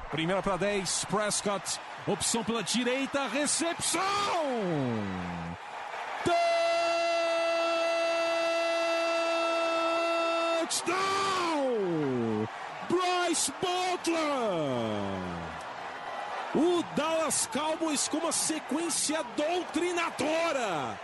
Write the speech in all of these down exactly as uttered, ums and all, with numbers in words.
Primeira para dez, Prescott, opção pela direita, recepção! Touchdown! Bryce Butler! O Dallas Cowboys com uma sequência doutrinadora.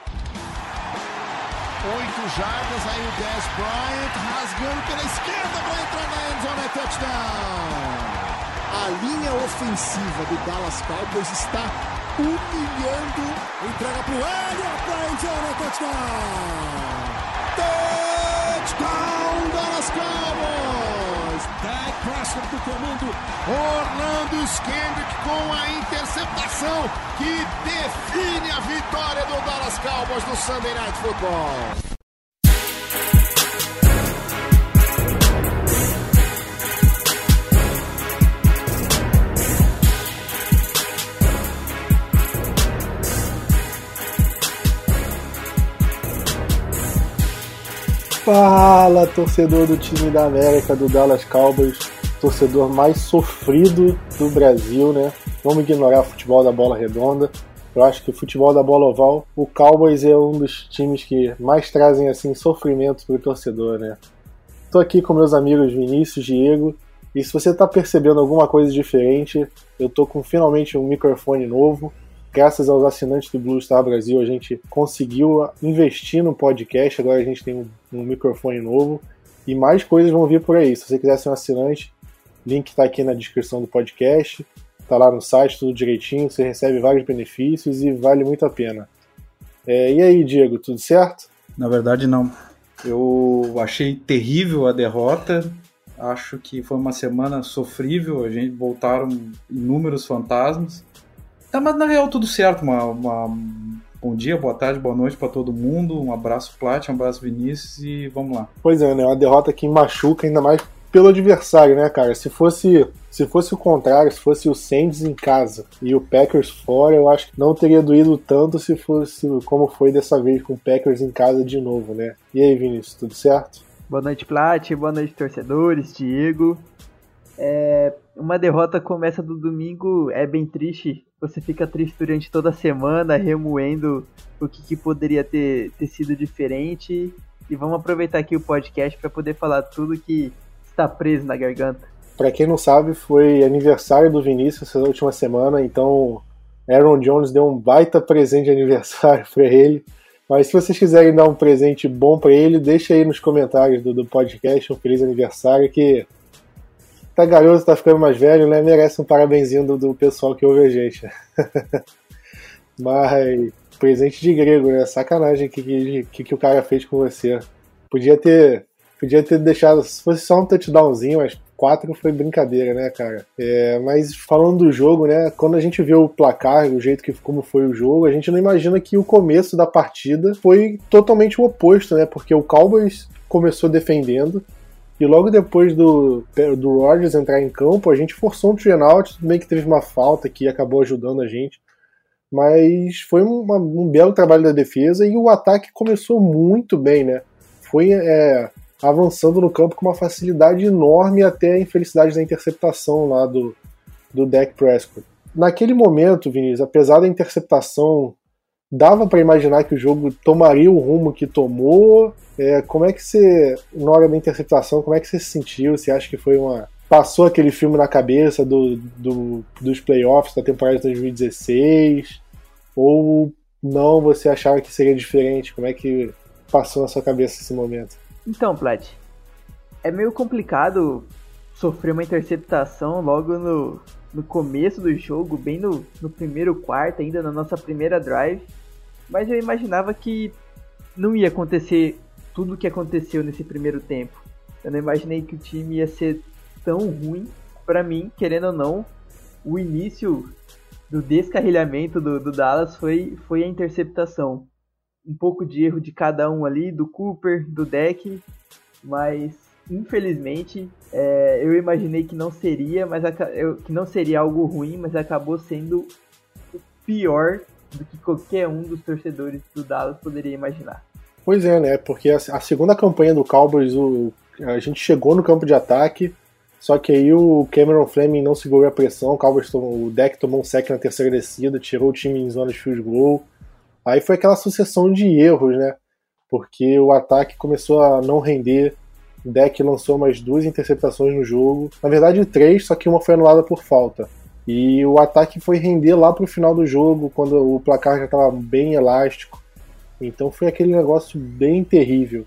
Oito jardas, aí o Dez Bryant rasgando pela esquerda para entrar na endzone, é touchdown. A linha ofensiva do Dallas Cowboys está humilhando. Entrega para o Elliott para endzone, é touchdown. Touchdown, Dallas Cowboys. Dak Prescott do comando. Orlando Scandrick com a interceptação que define a vitória do Dallas Cowboys no Sunday Night Football. Fala, torcedor do time da América, do Dallas Cowboys, torcedor mais sofrido do Brasil, né? Vamos ignorar o futebol da bola redonda. Eu acho que o futebol da bola oval, o Cowboys é um dos times que mais trazem assim sofrimento pro torcedor, né? Tô aqui com meus amigos Vinícius, Diego, e se você tá percebendo alguma coisa diferente, eu tô com finalmente um microfone novo. Graças aos assinantes do Blue Star Brasil, a gente conseguiu investir no podcast, agora a gente tem um, um microfone novo e mais coisas vão vir por aí. Se você quiser ser um assinante, link está aqui na descrição do podcast, está lá no site, tudo direitinho, você recebe vários benefícios e vale muito a pena. É, e aí, Diego, tudo certo? Na verdade, não. Eu achei terrível a derrota, acho que foi uma semana sofrível, a gente voltaram inúmeros fantasmas. Tá, mas na real tudo certo, uma, uma, bom dia, boa tarde, boa noite pra todo mundo, um abraço Plat, um abraço Vinícius e vamos lá. Pois é, né, uma derrota que machuca ainda mais pelo adversário, né, cara, se fosse, se fosse o contrário, se fosse o Saints em casa e o Packers fora, eu acho que não teria doído tanto se fosse como foi dessa vez com o Packers em casa de novo, né. E aí, Vinícius, tudo certo? Boa noite, Plat, boa noite, torcedores, Diego. É, uma derrota como essa do domingo é bem triste. Você fica triste durante toda a semana, remoendo o que, que poderia ter, ter sido diferente. E vamos aproveitar aqui o podcast para poder falar tudo que está preso na garganta. Para quem não sabe, foi aniversário do Vinícius essa última semana, então Aaron Jones deu um baita presente de aniversário para ele. Mas se vocês quiserem dar um presente bom para ele, deixa aí nos comentários do, do podcast um feliz aniversário, que tá garoto, tá ficando mais velho, né? Merece um parabenzinho do, do pessoal que ouve a gente. Mas presente de grego, né? Sacanagem que, que, que, que o cara fez com você. Podia ter, podia ter deixado, se fosse só um touchdownzinho, mas quatro foi brincadeira, né, cara? É, mas falando do jogo, né? Quando a gente vê o placar, o jeito que como foi o jogo, a gente não imagina que o começo da partida foi totalmente o oposto, né? Porque o Cowboys começou defendendo. E logo depois do, do Rodgers entrar em campo, a gente forçou um three-and-out, tudo bem que teve uma falta que acabou ajudando a gente, mas foi uma, um belo trabalho da defesa e o ataque começou muito bem, né? Foi é, avançando no campo com uma facilidade enorme até a infelicidade da interceptação lá do, do Dak Prescott. Naquele momento, Vinícius, apesar da interceptação, dava para imaginar que o jogo tomaria o rumo que tomou. É, como é que você, na hora da interceptação, como é que você se sentiu? Você acha que foi uma... Passou aquele filme na cabeça do, do, dos playoffs da temporada de dois mil e dezesseis? Ou não, você achava que seria diferente? Como é que passou na sua cabeça esse momento? Então, Plat, é meio complicado sofrer uma interceptação logo no, no começo do jogo, bem no, no primeiro quarto, ainda na nossa primeira drive. Mas eu imaginava que não ia acontecer tudo o que aconteceu nesse primeiro tempo. Eu não imaginei que o time ia ser tão ruim. Para mim, querendo ou não, o início do descarrilhamento do, do Dallas foi, foi a interceptação. Um pouco de erro de cada um ali, do Cooper, do Dak, mas infelizmente é, eu imaginei que não seria, mas eu, que não seria algo ruim, mas acabou sendo o pior do que qualquer um dos torcedores do Dallas poderia imaginar. Pois é, né? Porque a, a segunda campanha do Cowboys, o, a gente chegou no campo de ataque, Só que aí o Cameron Fleming não segurou a pressão, o, Cowboys tomou, o deck tomou um sec na terceira descida, tirou o time em zona de field goal. Aí foi aquela sucessão de erros, né? Porque o ataque começou a não render, o deck lançou mais duas interceptações no jogo, na verdade três, só que uma foi anulada por falta. E o ataque foi render lá pro final do jogo, quando o placar já estava bem elástico. Então foi aquele negócio bem terrível.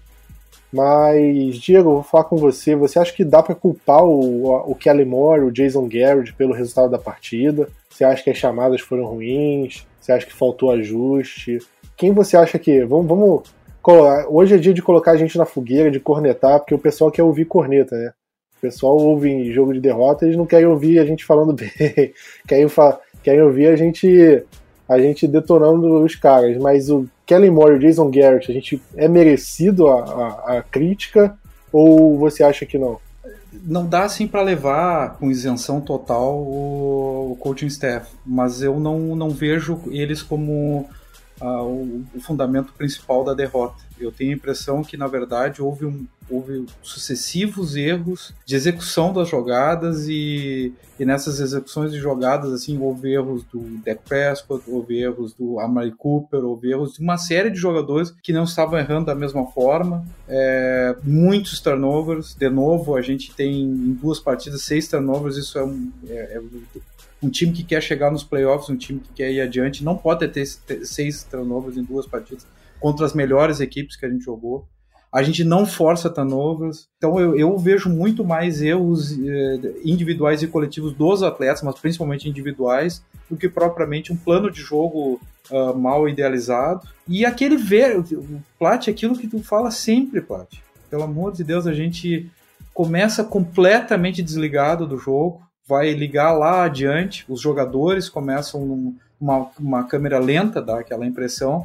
Mas, Diego, eu vou falar com você. Você acha que dá para culpar o, o Kellen Moore, o Jason Garrett pelo resultado da partida? Você acha que as chamadas foram ruins? Você acha que faltou ajuste? Quem você acha que... Vamos, vamos hoje é dia de colocar a gente na fogueira, de cornetar, porque o pessoal quer ouvir corneta, né? O pessoal ouve em jogo de derrota, eles não querem ouvir a gente falando bem. querem, fa- querem ouvir a gente, a gente detonando os caras. Mas o Kellen Moore e o Jason Garrett, a gente é merecido a, a, a crítica ou você acha que não? Não dá assim para levar com isenção total o, o coaching staff, mas eu não, não vejo eles como uh, o, o fundamento principal da derrota. Eu tenho a impressão que, na verdade, houve, um, houve sucessivos erros de execução das jogadas e, e nessas execuções de jogadas assim, houve erros do Dak Prescott, houve erros do Amari Cooper, houve erros de uma série de jogadores que não estavam errando da mesma forma. É, muitos turnovers. De novo, a gente tem em duas partidas seis turnovers. Isso é um... É, é um time que quer chegar nos playoffs, um time que quer ir adiante, não pode ter, ter seis turnovers em duas partidas contra as melhores equipes que a gente jogou. A gente não força turnovers. Então eu, eu vejo muito mais erros eh, individuais e coletivos dos atletas, mas principalmente individuais, do que propriamente um plano de jogo uh, mal idealizado. E aquele ver, Plat, aquilo que tu fala sempre, Plat. Pelo amor de Deus, a gente começa completamente desligado do jogo, vai ligar lá adiante, os jogadores começam numa uma câmera lenta, dá aquela impressão,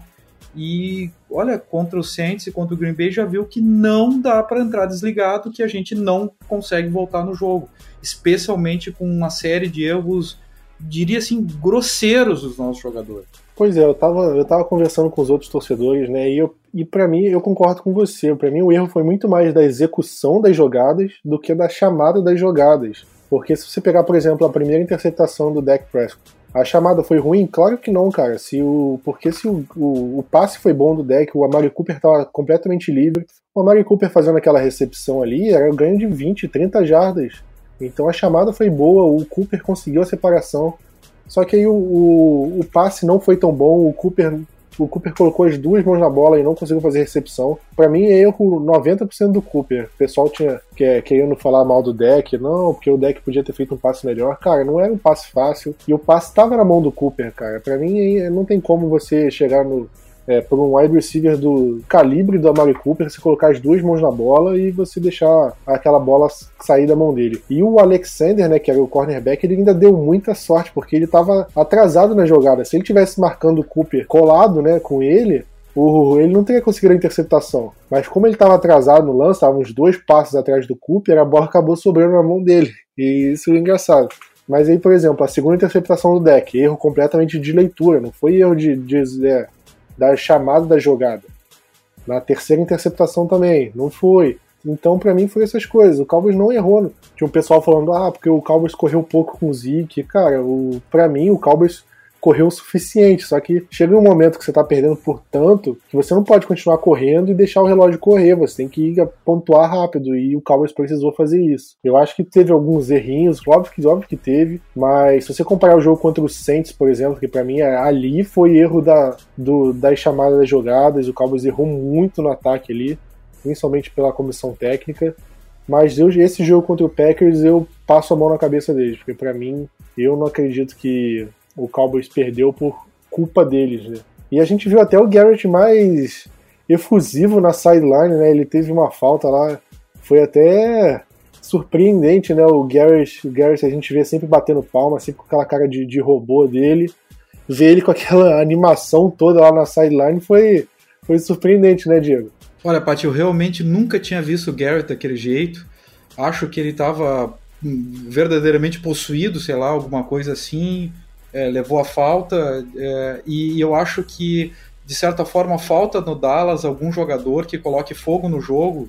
e olha, contra o Saints e contra o Green Bay já viu que não dá para entrar desligado, que a gente não consegue voltar no jogo, especialmente com uma série de erros, diria assim, grosseiros dos nossos jogadores. Pois é, eu tava, eu tava conversando com os outros torcedores, né, e, eu, e pra mim, eu concordo com você, pra mim o erro foi muito mais da execução das jogadas do que da chamada das jogadas. Porque se você pegar, por exemplo, a primeira interceptação do Dak Prescott, a chamada foi ruim? Claro que não, cara. Se o, porque se o, o, o passe foi bom do Dak, o Amari Cooper estava completamente livre, o Amari Cooper fazendo aquela recepção ali, era um ganho de vinte, trinta jardas. Então a chamada foi boa, o Cooper conseguiu a separação. Só que aí o, o, o passe não foi tão bom, o Cooper... O Cooper colocou as duas mãos na bola e não conseguiu fazer recepção. Pra mim é erro noventa por cento do Cooper. O pessoal tinha que, querendo falar mal do deck, não, porque o deck podia ter feito um passe melhor. Cara, não era um passe fácil. E o passe estava na mão do Cooper, cara. Pra mim não tem como você chegar no... É, por um wide receiver do calibre do Amari Cooper, você colocar as duas mãos na bola e você deixar aquela bola sair da mão dele. E o Alexander, né, que era o cornerback, ele ainda deu muita sorte, porque ele estava atrasado na jogada. Se ele tivesse marcando o Cooper colado, né, com ele, o, ele não teria conseguido a interceptação. Mas como ele estava atrasado no lance, estava uns dois passos atrás do Cooper, a bola acabou sobrando na mão dele. E isso é engraçado. Mas aí, por exemplo, a segunda interceptação do deck, erro completamente de leitura, não foi erro de... de é, da chamada da jogada. Na terceira interceptação também, não foi. Então, pra mim, foi essas coisas. O Cowboys não errou. Tinha um pessoal falando, ah, porque o Cowboys correu pouco com o Zeke. Cara, o, pra mim, o Cowboys correu o suficiente. Só que chega um momento que você tá perdendo por tanto que você não pode continuar correndo e deixar o relógio correr. Você tem que ir pontuar rápido. E o Cowboys precisou fazer isso. Eu acho que teve alguns errinhos, óbvio que, óbvio que teve. Mas se você comparar o jogo contra o Saints, por exemplo, que pra mim ali foi erro da, do, das chamadas das jogadas. O Cowboys errou muito no ataque ali, principalmente pela comissão técnica. Mas eu, esse jogo contra o Packers eu passo a mão na cabeça deles. Porque pra mim, eu não acredito que o Cowboys perdeu por culpa deles, né? E a gente viu até o Garrett mais efusivo na sideline, né? Ele teve uma falta lá, foi até surpreendente, né? O Garrett, o Garrett a gente vê sempre batendo palma, sempre com aquela cara de, de robô dele. Ver ele com aquela animação toda lá na sideline foi, foi surpreendente, né, Diego? Olha, Paty, eu realmente nunca tinha visto o Garrett daquele jeito. Acho que ele estava verdadeiramente possuído, sei lá, alguma coisa assim. É, levou a falta, é, e eu acho que, de certa forma, falta no Dallas algum jogador que coloque fogo no jogo,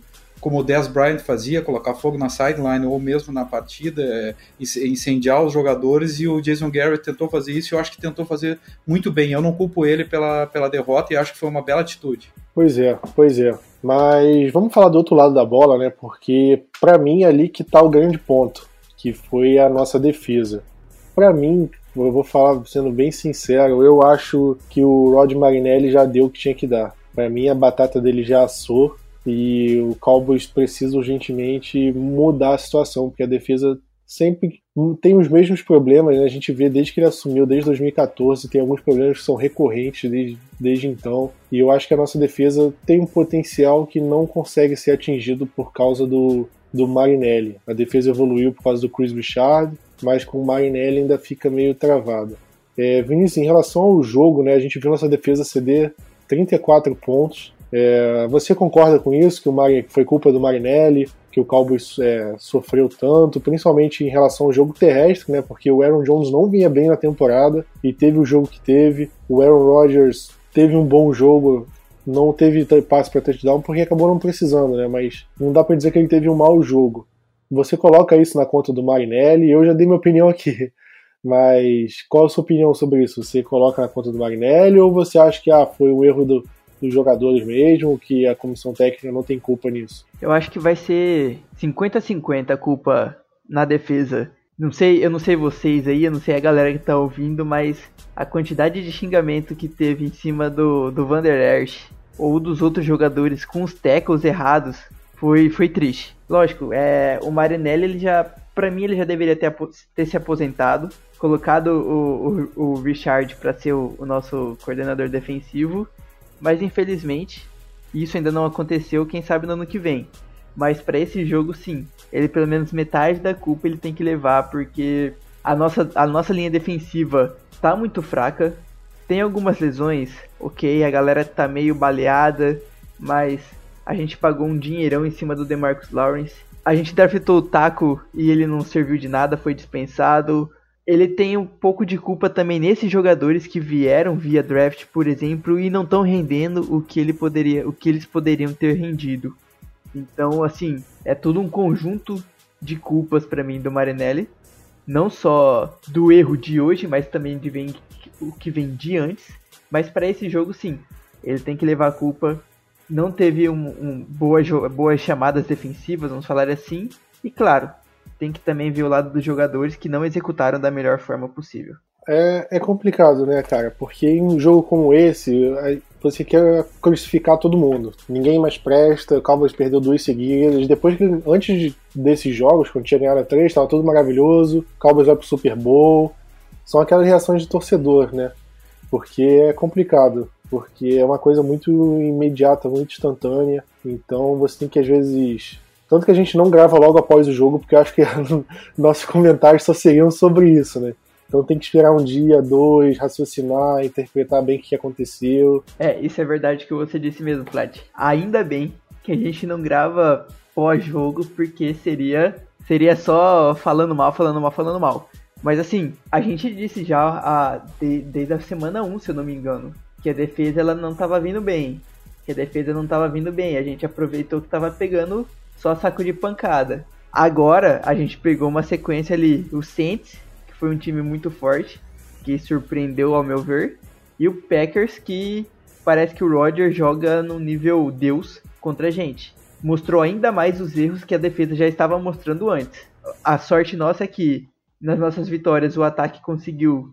como o Dez Bryant fazia, colocar fogo na sideline ou mesmo na partida, é, incendiar os jogadores, e o Jason Garrett tentou fazer isso, e eu acho que tentou fazer muito bem. Eu não culpo ele pela, pela derrota e acho que foi uma bela atitude. Pois é, pois é. Mas vamos falar do outro lado da bola, né? Porque pra mim é ali que tá o grande ponto, que foi a nossa defesa. Pra mim, eu vou falar sendo bem sincero, eu acho que o Rod Marinelli já deu o que tinha que dar. Pra mim a batata dele já assou e o Cowboys precisa urgentemente mudar a situação, porque a defesa sempre tem os mesmos problemas, né? A gente vê desde que ele assumiu, desde dois mil e catorze, tem alguns problemas que são recorrentes desde, desde então, e eu acho que a nossa defesa tem um potencial que não consegue ser atingido por causa do, do Marinelli. A defesa evoluiu por causa do Chris Richard, mas com o Marinelli ainda fica meio travada. É, Vinícius, em relação ao jogo, né, a gente viu nossa defesa ceder trinta e quatro pontos. É, você concorda com isso, que o Mar... foi culpa do Marinelli, que o Cowboys é, sofreu tanto, principalmente em relação ao jogo terrestre, né, porque o Aaron Jones não vinha bem na temporada e teve o jogo que teve, o Aaron Rodgers teve um bom jogo, não teve passe para touchdown porque acabou não precisando, né, mas não dá para dizer que ele teve um mau jogo. Você coloca isso na conta do Marinelli, eu já dei minha opinião aqui, mas qual a sua opinião sobre isso? Você coloca na conta do Marinelli ou você acha que ah, foi um erro do, dos jogadores mesmo, que a comissão técnica não tem culpa nisso? Eu acho que vai ser cinquenta a cinquenta a culpa na defesa. Não sei, eu não sei vocês aí, eu não sei a galera que tá ouvindo, mas a quantidade de xingamento que teve em cima do, do Van Der Esch ou dos outros jogadores com os tackles errados foi, foi triste. Lógico, é, o Marinelli, ele já, pra mim, ele já deveria ter, ter se aposentado, colocado o, o, o Richard para ser o, o nosso coordenador defensivo, mas infelizmente isso ainda não aconteceu, quem sabe no ano que vem. Mas para esse jogo, sim, ele pelo menos metade da culpa ele tem que levar, porque a nossa, a nossa linha defensiva tá muito fraca, tem algumas lesões, ok, a galera tá meio baleada, mas a gente pagou um dinheirão em cima do DeMarcus Lawrence. A gente draftou o Taco e ele não serviu de nada, foi dispensado. Ele tem um pouco de culpa também nesses jogadores que vieram via draft, por exemplo, e não estão rendendo o que, ele poderia, o que eles poderiam ter rendido. Então, assim, é tudo um conjunto de culpas para mim do Marinelli. Não só do erro de hoje, mas também de vem, o que vem de antes. Mas para esse jogo, sim, ele tem que levar a culpa. Não teve um, um boas, boas chamadas defensivas, vamos falar assim. E claro, tem que também ver o lado dos jogadores que não executaram da melhor forma possível. É, é complicado, né, cara? Porque em um jogo como esse, você quer crucificar todo mundo. Ninguém mais presta, o Cowboys perdeu duas seguidas. Depois que, antes de, desses jogos, quando tinha ganhado três, estava tudo maravilhoso. O Cowboys vai pro Super Bowl. São aquelas reações de torcedor, né? Porque é complicado. Porque é uma coisa muito imediata, muito instantânea. Então você tem que, às vezes... Tanto que a gente não grava logo após o jogo, porque eu acho que nossos comentários só seriam sobre isso, né? Então tem que esperar um dia, dois, raciocinar, interpretar bem o que aconteceu. É, isso é verdade que você disse mesmo, Plat. Ainda bem que a gente não grava pós-jogo, porque seria, seria só falando mal, falando mal, falando mal. Mas assim, a gente disse já a, de, desde a semana um, se eu não me engano, que a defesa ela não estava vindo bem. Que a defesa não estava vindo bem. A gente aproveitou que estava pegando só saco de pancada. Agora a gente pegou uma sequência ali, o Saints, que foi um time muito forte, que surpreendeu ao meu ver, e o Packers, que parece que o Rodgers joga no nível Deus contra a gente. Mostrou ainda mais os erros que a defesa já estava mostrando antes. A sorte nossa é que nas nossas vitórias o ataque conseguiu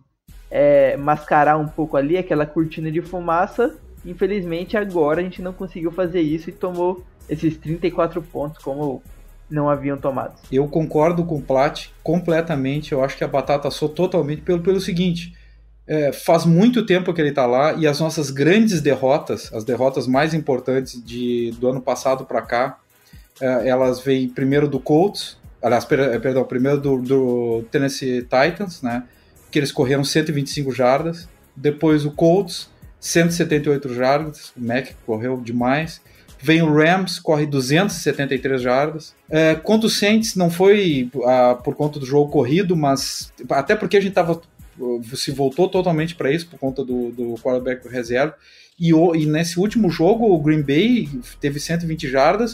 é, mascarar um pouco ali aquela cortina de fumaça. Infelizmente agora a gente não conseguiu fazer isso e tomou esses trinta e quatro pontos como não haviam tomado. Eu concordo com o Plat completamente. Eu acho que a batata assou totalmente pelo, pelo seguinte, é, faz muito tempo que ele está lá e as nossas grandes derrotas, as derrotas mais importantes de, do ano passado para cá, é, elas vêm primeiro do Colts, aliás, per, perdão, primeiro do, do Tennessee Titans, né, que eles correram cento e vinte e cinco jardas, depois o Colts, cento e setenta e oito jardas, o Mac correu demais. Vem o Rams, corre duzentas e setenta e três jardas. É, contra o Saints não foi ah, por conta do jogo corrido, mas até porque a gente tava, se voltou totalmente para isso por conta do, do quarterback reserva. E, o, e nesse último jogo o Green Bay teve cento e vinte jardas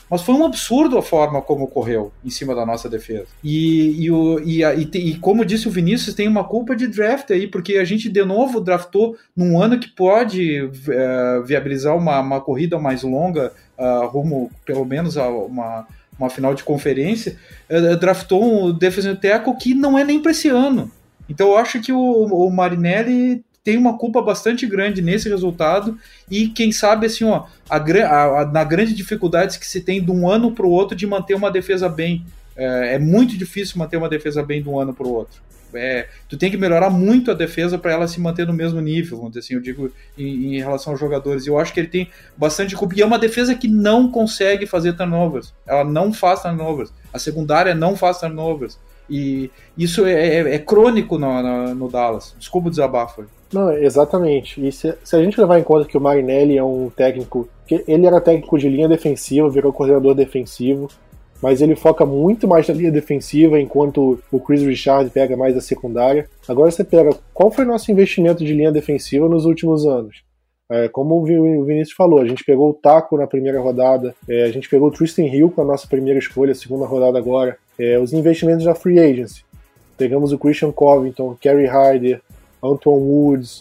mas foi um absurdo a forma como ocorreu em cima da nossa defesa. E, e, o, e, a, e, e como disse o Vinícius, tem uma culpa de draft aí, porque a gente de novo draftou num ano que pode uh, viabilizar uma, uma corrida mais longa, uh, rumo pelo menos a uma, uma final de conferência, uh, draftou um defensive tackle que não é nem para esse ano. Então eu acho que o, o Marinelli tem uma culpa bastante grande nesse resultado, e quem sabe assim, ó, a, a, a, na grande dificuldade que se tem de um ano para o outro de manter uma defesa bem. É, é muito difícil manter uma defesa bem de um ano para o outro. É, tu tem que melhorar muito a defesa para ela se manter no mesmo nível, vamos dizer assim, eu digo em, em relação aos jogadores. Eu acho que ele tem bastante culpa, e é uma defesa que não consegue fazer turnovers, ela não faz turnovers, a secundária não faz turnovers, e isso é, é, é crônico no, no, no Dallas. Desculpa o desabafo. Não, exatamente. E se, se a gente levar em conta que o Marinelli é um técnico, que ele era técnico de linha defensiva, virou coordenador defensivo, mas ele foca muito mais na linha defensiva, enquanto o Chris Richard pega mais a secundária. Agora você pega, qual foi o nosso investimento de linha defensiva nos últimos anos? É, como o Vinícius falou, a gente pegou o Taco na primeira rodada, é, a gente pegou o Tristan Hill com a nossa primeira escolha, segunda rodada agora. É, os investimentos da Free Agency. Pegamos o Christian Covington, Kerry Hyder, Antoine Woods,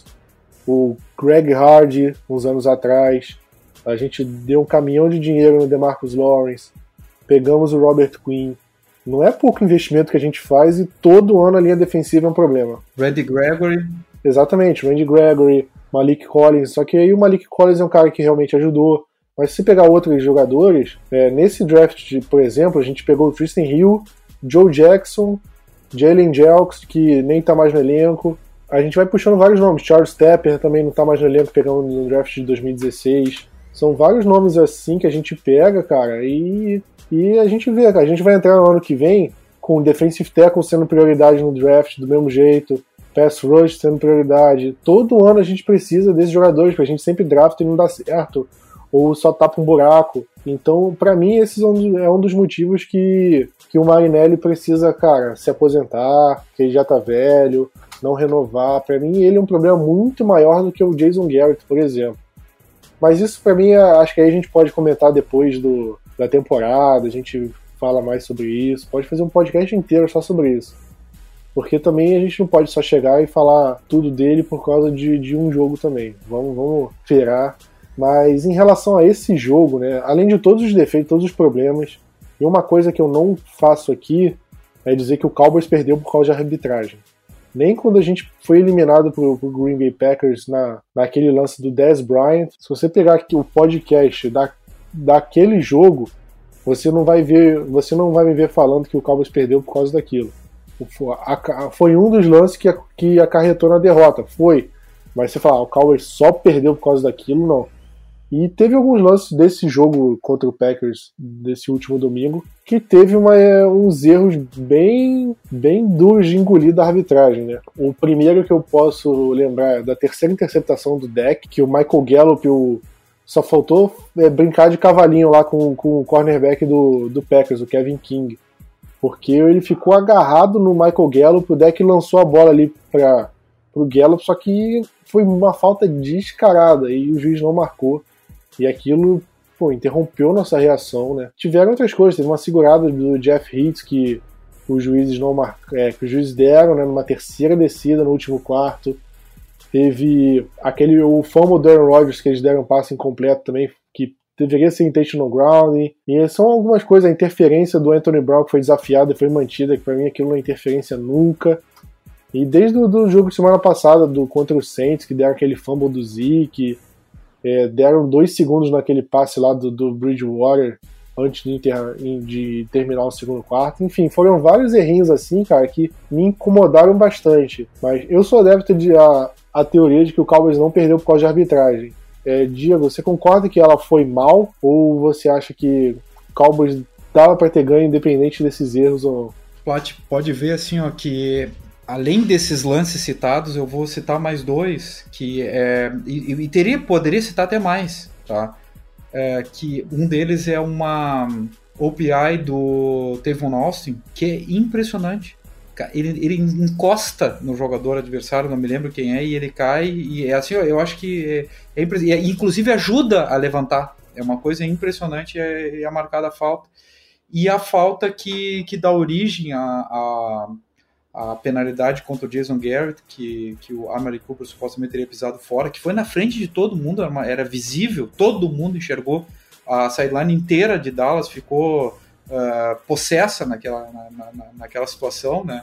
o Greg Hardy, uns anos atrás. A gente deu um caminhão de dinheiro no DeMarcus Lawrence. Pegamos o Robert Quinn. Não é pouco investimento que a gente faz, e todo ano a linha defensiva é um problema. Randy Gregory. Exatamente, Randy Gregory, Malik Collins. Só que aí o Malik Collins é um cara que realmente ajudou. Mas se pegar outros jogadores, é, nesse draft, de, por exemplo, a gente pegou o Tristan Hill, Joe Jackson, Jalen Jelks, que nem tá mais no elenco. A gente vai puxando vários nomes. Charles Tepper também não tá mais no elenco, pegando no draft de dois mil e dezesseis. São vários nomes assim que a gente pega, cara, e, e a gente vê, cara. A gente vai entrar no ano que vem com o defensive tackle sendo prioridade no draft do mesmo jeito, pass rush sendo prioridade. Todo ano a gente precisa desses jogadores, porque a gente sempre drafta e não dá certo, ou só tapa um buraco. Então, pra mim, esse é um dos motivos que, que o Marinelli precisa, cara, se aposentar, que ele já tá velho, não renovar. Pra mim, ele é um problema muito maior do que o Jason Garrett, por exemplo. Mas isso, pra mim, acho que aí a gente pode comentar depois do, da temporada, a gente fala mais sobre isso, pode fazer um podcast inteiro só sobre isso. Porque também a gente não pode só chegar e falar tudo dele por causa de, de um jogo também. Vamos, vamos esperar. Mas em relação a esse jogo, né, além de todos os defeitos, todos os problemas, e uma coisa que eu não faço aqui é dizer que o Cowboys perdeu por causa de arbitragem. Nem quando a gente foi eliminado pro, pro Green Bay Packers na, naquele lance do Dez Bryant, se você pegar aqui o podcast da, daquele jogo, você não vai ver, você não vai me ver falando que o Cowboys perdeu por causa daquilo. Foi um dos lances que, que acarretou na derrota, foi. Mas você fala, ah, o Cowboys só perdeu por causa daquilo, não. E teve alguns lances desse jogo contra o Packers, desse último domingo, que teve uma, uns erros bem, bem duros de engolir da arbitragem, né? O primeiro que eu posso lembrar é da terceira interceptação do Dak, que o Michael Gallup o, só faltou é, brincar de cavalinho lá com, com o cornerback do, do Packers, o Kevin King. Porque ele ficou agarrado no Michael Gallup, o Dak lançou a bola ali para o Gallup, só que foi uma falta descarada e o juiz não marcou. E aquilo, pô, interrompeu nossa reação, né? Tiveram outras coisas, teve uma segurada do Jeff Hitz que os juízes não mar... é, que os juízes deram, né, numa terceira descida no último quarto. Teve aquele o fumble do Aaron Rodgers que eles deram um passe incompleto também, que deveria ser intentional grounding. E são algumas coisas, a interferência do Anthony Brown que foi desafiada e foi mantida, que pra mim aquilo não é interferência nunca. E desde o do jogo de semana passada do, contra o Saints, que deram aquele fumble do Zeke, é, deram dois segundos naquele passe lá do, do Bridgewater antes de, inter, de terminar o segundo quarto. Enfim, foram vários errinhos assim, cara, que me incomodaram bastante. Mas eu sou adepto de a, a teoria de que o Cowboys não perdeu por causa de arbitragem. É, Diego, você concorda que ela foi mal, ou você acha que o Cowboys dava para ter ganho independente desses erros ou não? Pode, pode ver assim, ó, que além desses lances citados, eu vou citar mais dois, que é, e, e teria, poderia citar até mais, tá? É, que um deles é uma O P I do Tavon Austin, que é impressionante. Ele, ele encosta no jogador adversário, não me lembro quem é, e ele cai, e é assim, eu acho que é, é, é, inclusive ajuda a levantar. é uma coisa impressionante, é, é a marcada falta. E a falta que, que dá origem a, a, a penalidade contra o Jason Garrett, que, que o Amari Cooper supostamente teria pisado fora, que foi na frente de todo mundo, era, uma, era visível, todo mundo enxergou, a sideline inteira de Dallas ficou uh, possessa naquela, na, na, naquela situação, né?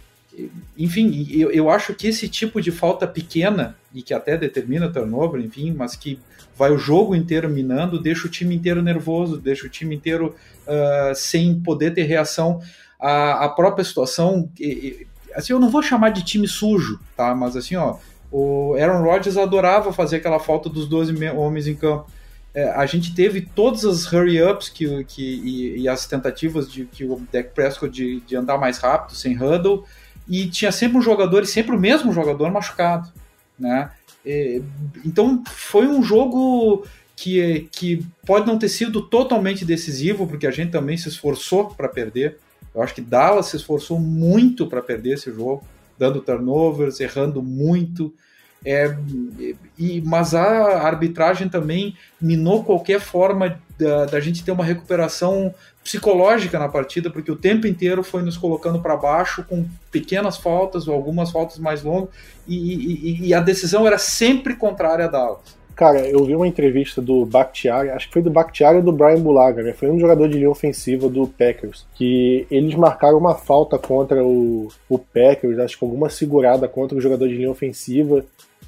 Enfim, eu, eu acho que esse tipo de falta pequena, e que até determina turnover, enfim, mas que vai o jogo inteiro minando, deixa o time inteiro nervoso, deixa o time inteiro uh, sem poder ter reação à, à própria situação. Assim, eu não vou chamar de time sujo, tá? Mas assim, ó, o Aaron Rodgers adorava fazer aquela falta dos doze homens em campo. É, a gente teve todas as hurry-ups que, que, e, e as tentativas de que o Dak Prescott de, de andar mais rápido, sem huddle, e tinha sempre um jogador, e sempre o mesmo jogador machucado, né? É, então foi um jogo que, que pode não ter sido totalmente decisivo, porque a gente também se esforçou para perder. Eu acho que Dallas se esforçou muito para perder esse jogo, dando turnovers, errando muito. É, e, mas a arbitragem também minou qualquer forma da, da gente ter uma recuperação psicológica na partida, porque o tempo inteiro foi nos colocando para baixo com pequenas faltas ou algumas faltas mais longas, e, e, e a decisão era sempre contrária a Dallas. Cara, eu vi uma entrevista do Bakhtiari, acho que foi do Bakhtiari ou do Brian Bulaga, né? Foi um jogador de linha ofensiva do Packers, que eles marcaram uma falta contra o, o Packers, acho que alguma segurada contra o jogador de linha ofensiva,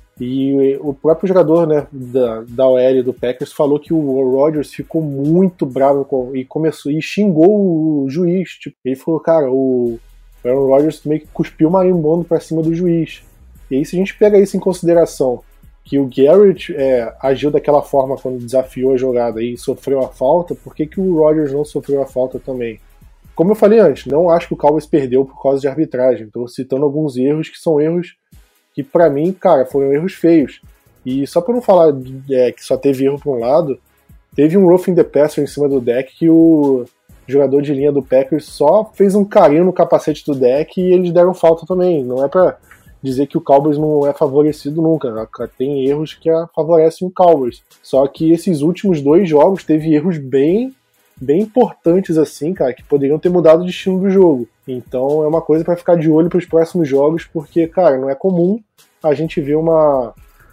e o próprio jogador, né, da, da O L do Packers falou que o Rodgers ficou muito bravo com, e começou e xingou o juiz. Tipo, ele falou, cara, o Aaron Rodgers meio que cuspiu marimbondo pra cima do juiz. E aí, se a gente pega isso em consideração, que o Garrett é, agiu daquela forma quando desafiou a jogada e sofreu a falta, por que, que o Rodgers não sofreu a falta também? Como eu falei antes, não acho que o Cowboys perdeu por causa de arbitragem. Estou citando alguns erros que são erros que pra mim, cara, foram erros feios. E só pra não falar é, que só teve erro pra um lado, teve um roughing the passer em cima do deck que o jogador de linha do Packers só fez um carinho no capacete do deck e eles deram falta também. Não é pra dizer que o Cowboys não é favorecido nunca. Tem erros que favorecem o Cowboys. Só que esses últimos dois jogos teve erros bem, bem importantes assim, cara, que poderiam ter mudado o destino do jogo. Então é uma coisa pra ficar de olho pros próximos jogos, porque, cara, não é comum a gente ver uma,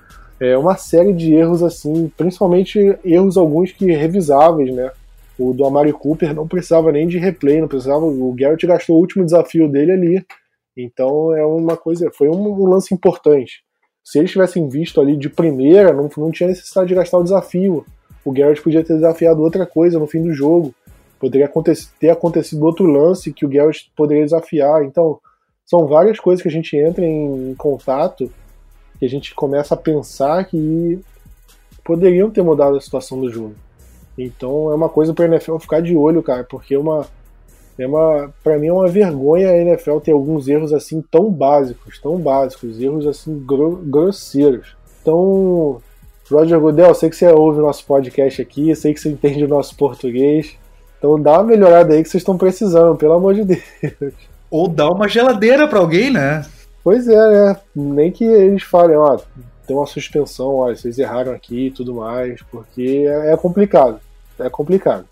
é, uma série de erros assim, principalmente erros alguns que revisáveis, né? O do Amari Cooper não precisava nem de replay, não precisava, o Garrett gastou o último desafio dele ali, então é uma coisa, foi um, um lance importante. Se eles tivessem visto ali de primeira, não, não tinha necessidade de gastar o desafio, o Garrett podia ter desafiado outra coisa no fim do jogo, poderia acontecer, ter acontecido outro lance que o Garrett poderia desafiar, então são várias coisas que a gente entra em, em contato, que a gente começa a pensar que poderiam ter mudado a situação do jogo. Então é uma coisa para a N F L ficar de olho, cara, porque é uma, é uma, para mim é uma vergonha a N F L ter alguns erros assim tão básicos, tão básicos, erros assim gro- grosseiros. Então, Roger Goodell, eu sei que você ouve o nosso podcast aqui, eu sei que você entende o nosso português, então dá uma melhorada aí que vocês estão precisando, pelo amor de Deus. Ou dá uma geladeira pra alguém, né? Pois é, né? Nem que eles falem, ó, tem uma suspensão, ó, vocês erraram aqui e tudo mais, porque é complicado. É complicado.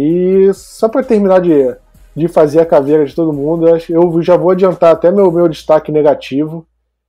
E só pra terminar de, de fazer a caveira de todo mundo, eu já vou adiantar até meu, meu destaque negativo,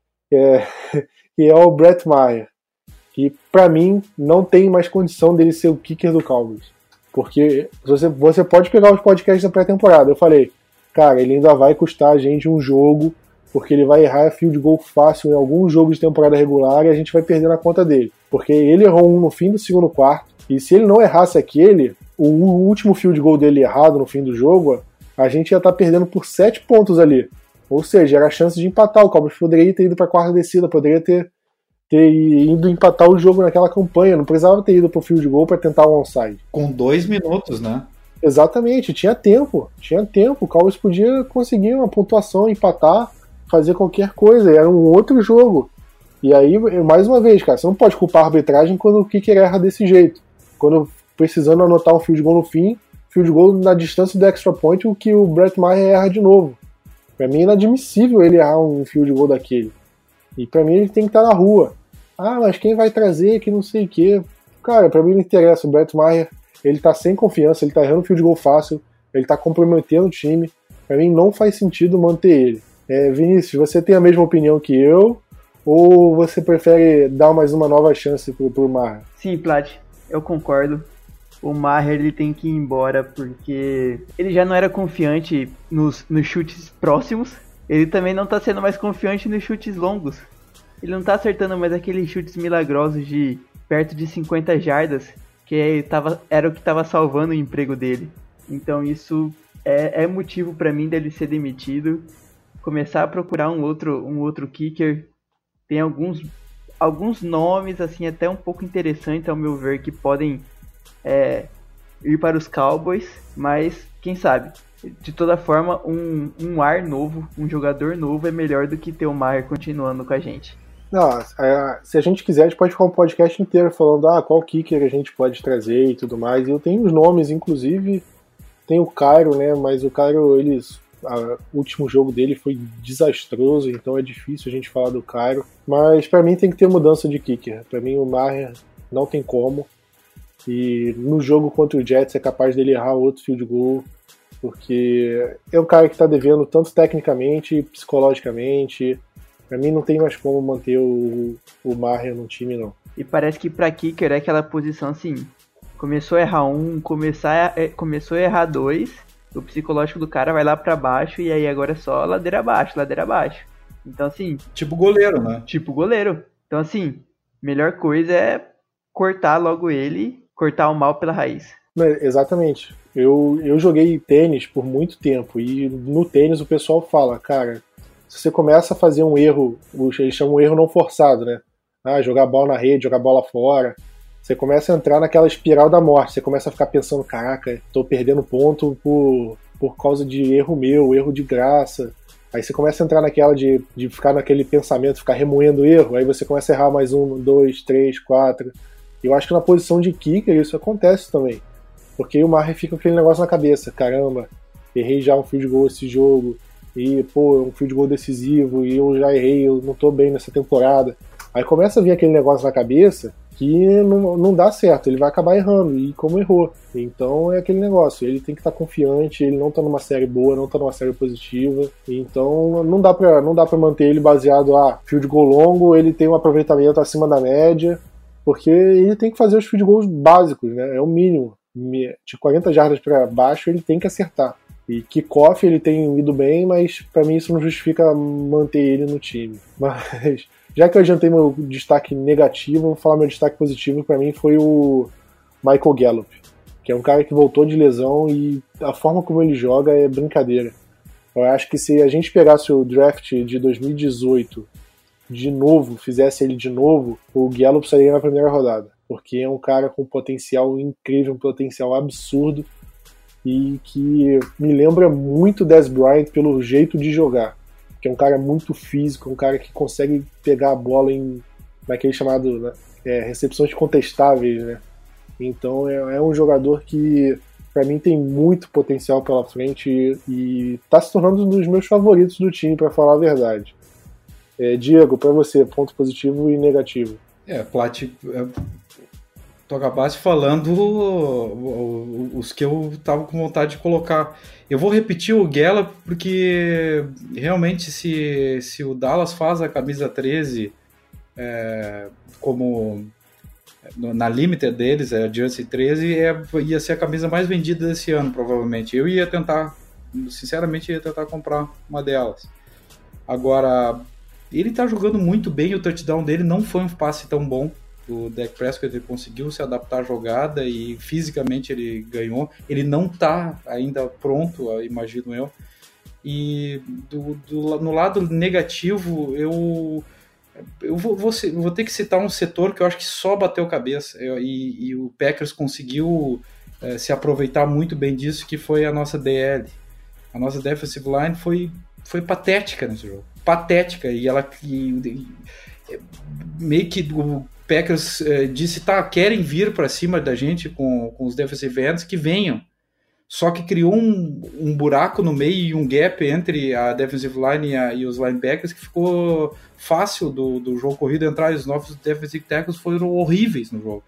é, que é o Brett Maher, que pra mim não tem mais condição dele ser o kicker do Cowboys. Porque você, você pode pegar os podcasts da pré-temporada, eu falei, cara, ele ainda vai custar a gente um jogo, porque ele vai errar field goal fácil em algum jogo de temporada regular e a gente vai perder na conta dele. Porque ele errou um no fim do segundo quarto, e se ele não errasse aquele, o último field goal dele errado no fim do jogo, a gente ia estar perdendo por sete pontos ali. Ou seja, era a chance de empatar. O Cowboys poderia ter ido para a quarta descida, poderia ter, ter ido empatar o jogo naquela campanha, não precisava ter ido para o field goal para tentar o onside. Com dois minutos, né? Exatamente, tinha tempo, tinha tempo. O Cowboys podia conseguir uma pontuação, empatar, fazer qualquer coisa, era um outro jogo. E aí, mais uma vez, cara, você não pode culpar a arbitragem quando o kicker erra desse jeito. Quando precisando anotar um field goal no fim, field goal na distância do extra point, o que o Brett Maher erra de novo. Pra mim é inadmissível ele errar um field goal daquele. E pra mim ele tem que estar na rua. Ah, mas quem vai trazer que não sei o quê? Cara, pra mim não interessa. O Brett Maher, ele tá sem confiança, ele tá errando field goal fácil, ele tá comprometendo o time. Pra mim não faz sentido manter ele. É, Vinícius, você tem a mesma opinião que eu? Ou você prefere dar mais uma nova chance pro, pro Maher? Sim, Plat, eu concordo. O Maher ele tem que ir embora porque ele já não era confiante nos, nos chutes próximos. Ele também não tá sendo mais confiante nos chutes longos. Ele não tá acertando mais aqueles chutes milagrosos de perto de cinquenta jardas, que tava, era o que tava salvando o emprego dele. Então isso é, é motivo para mim dele ser demitido. Começar a procurar um outro, um outro kicker. Tem alguns, alguns nomes assim até um pouco interessantes ao meu ver que podem é, ir para os Cowboys, mas quem sabe? De toda forma, um, um ar novo, um jogador novo é melhor do que ter o Maher continuando com a gente. Não, se a gente quiser, a gente pode ficar um podcast inteiro falando ah, qual kicker a gente pode trazer e tudo mais. E eu tenho os nomes, inclusive tem o Cairo, né? Mas o Cairo, eles, o último jogo dele foi desastroso, então é difícil a gente falar do Cairo. Mas pra mim tem que ter mudança de kicker. Pra mim o Maher não tem como. E no jogo contra o Jets é capaz dele errar outro field goal, porque é um cara que tá devendo tanto tecnicamente, psicologicamente. Pra mim não tem mais como manter o, o Maher no time, não. E parece que pra kicker é aquela posição assim, começou a errar um, começar a, começou a errar dois, o psicológico do cara vai lá pra baixo e aí agora é só ladeira abaixo, ladeira abaixo. Então assim... Tipo goleiro, né? Tipo goleiro. Então assim, melhor coisa é cortar logo ele, cortar o mal pela raiz. Exatamente. Eu, eu joguei tênis por muito tempo e no tênis o pessoal fala, cara... Se você começa a fazer um erro, eles chamam um erro não forçado, né? Ah, jogar bola na rede, jogar bola fora. Você começa a entrar naquela espiral da morte. Você começa a ficar pensando, caraca, tô perdendo ponto por, por causa de erro meu, erro de graça. Aí você começa a entrar naquela de, de ficar naquele pensamento, ficar remoendo o erro. Aí você começa a errar mais um, dois, três, quatro. Eu acho que na posição de kicker isso acontece também. Porque o Maher fica com aquele negócio na cabeça. Caramba, errei já um field goal esse jogo. E, pô, é um field goal decisivo, e eu já errei, eu não tô bem nessa temporada. Aí começa a vir aquele negócio na cabeça que não, não dá certo, ele vai acabar errando, e como errou. Então é aquele negócio, ele tem que estar confiante, ele não tá numa série boa, não tá numa série positiva, então não dá pra, não dá pra manter ele baseado, ah, field goal longo, ele tem um aproveitamento acima da média, porque ele tem que fazer os field goals básicos, né, é o mínimo. De quarenta jardas pra baixo ele tem que acertar. E kickoff ele tem ido bem, mas pra mim isso não justifica manter ele no time. Mas, já que eu adiantei meu destaque negativo, vou falar meu destaque positivo. Pra mim foi o Michael Gallup, que é um cara que voltou de lesão e a forma como ele joga é brincadeira. Eu acho que se a gente pegasse o draft de dois mil e dezoito de novo, fizesse ele de novo, o Gallup sairia na primeira rodada. Porque é um cara com potencial incrível, um potencial absurdo, e que me lembra muito Dez Bryant pelo jeito de jogar, que é um cara muito físico, um cara que consegue pegar a bola em naquele chamado né, é, recepções contestáveis, né? Então é, é um jogador que para mim tem muito potencial pela frente e, e tá se tornando um dos meus favoritos do time, para falar a verdade. É, Diego, para você, ponto positivo e negativo. É, Plat, é, tu acabaste falando os que eu tava com vontade de colocar. Eu vou repetir o Gallup porque realmente se, se o Dallas faz a camisa treze é, como na limited deles, é a Jersey treze, é, ia ser a camisa mais vendida desse ano, provavelmente. Eu ia tentar, sinceramente, ia tentar comprar uma delas. Agora, ele tá jogando muito bem, o touchdown dele não foi um passe tão bom. O Dak Prescott ele conseguiu se adaptar à jogada e fisicamente ele ganhou. Ele não tá ainda pronto, imagino eu. E do, do, no lado negativo, eu, eu vou, vou, vou ter que citar um setor que eu acho que só bateu cabeça. Eu, e, e o Packers conseguiu é, se aproveitar muito bem disso, que foi a nossa D L. A nossa defensive line foi, foi patética nesse jogo. Patética. E ela e, e, meio que o Packers eh, disse, tá, querem vir para cima da gente com, com os defensive ends, que venham. Só que criou um, um buraco no meio e um gap entre a defensive line e, a, e os linebackers que ficou fácil do, do jogo corrido entrar, e os novos defensive tackles foram horríveis no jogo.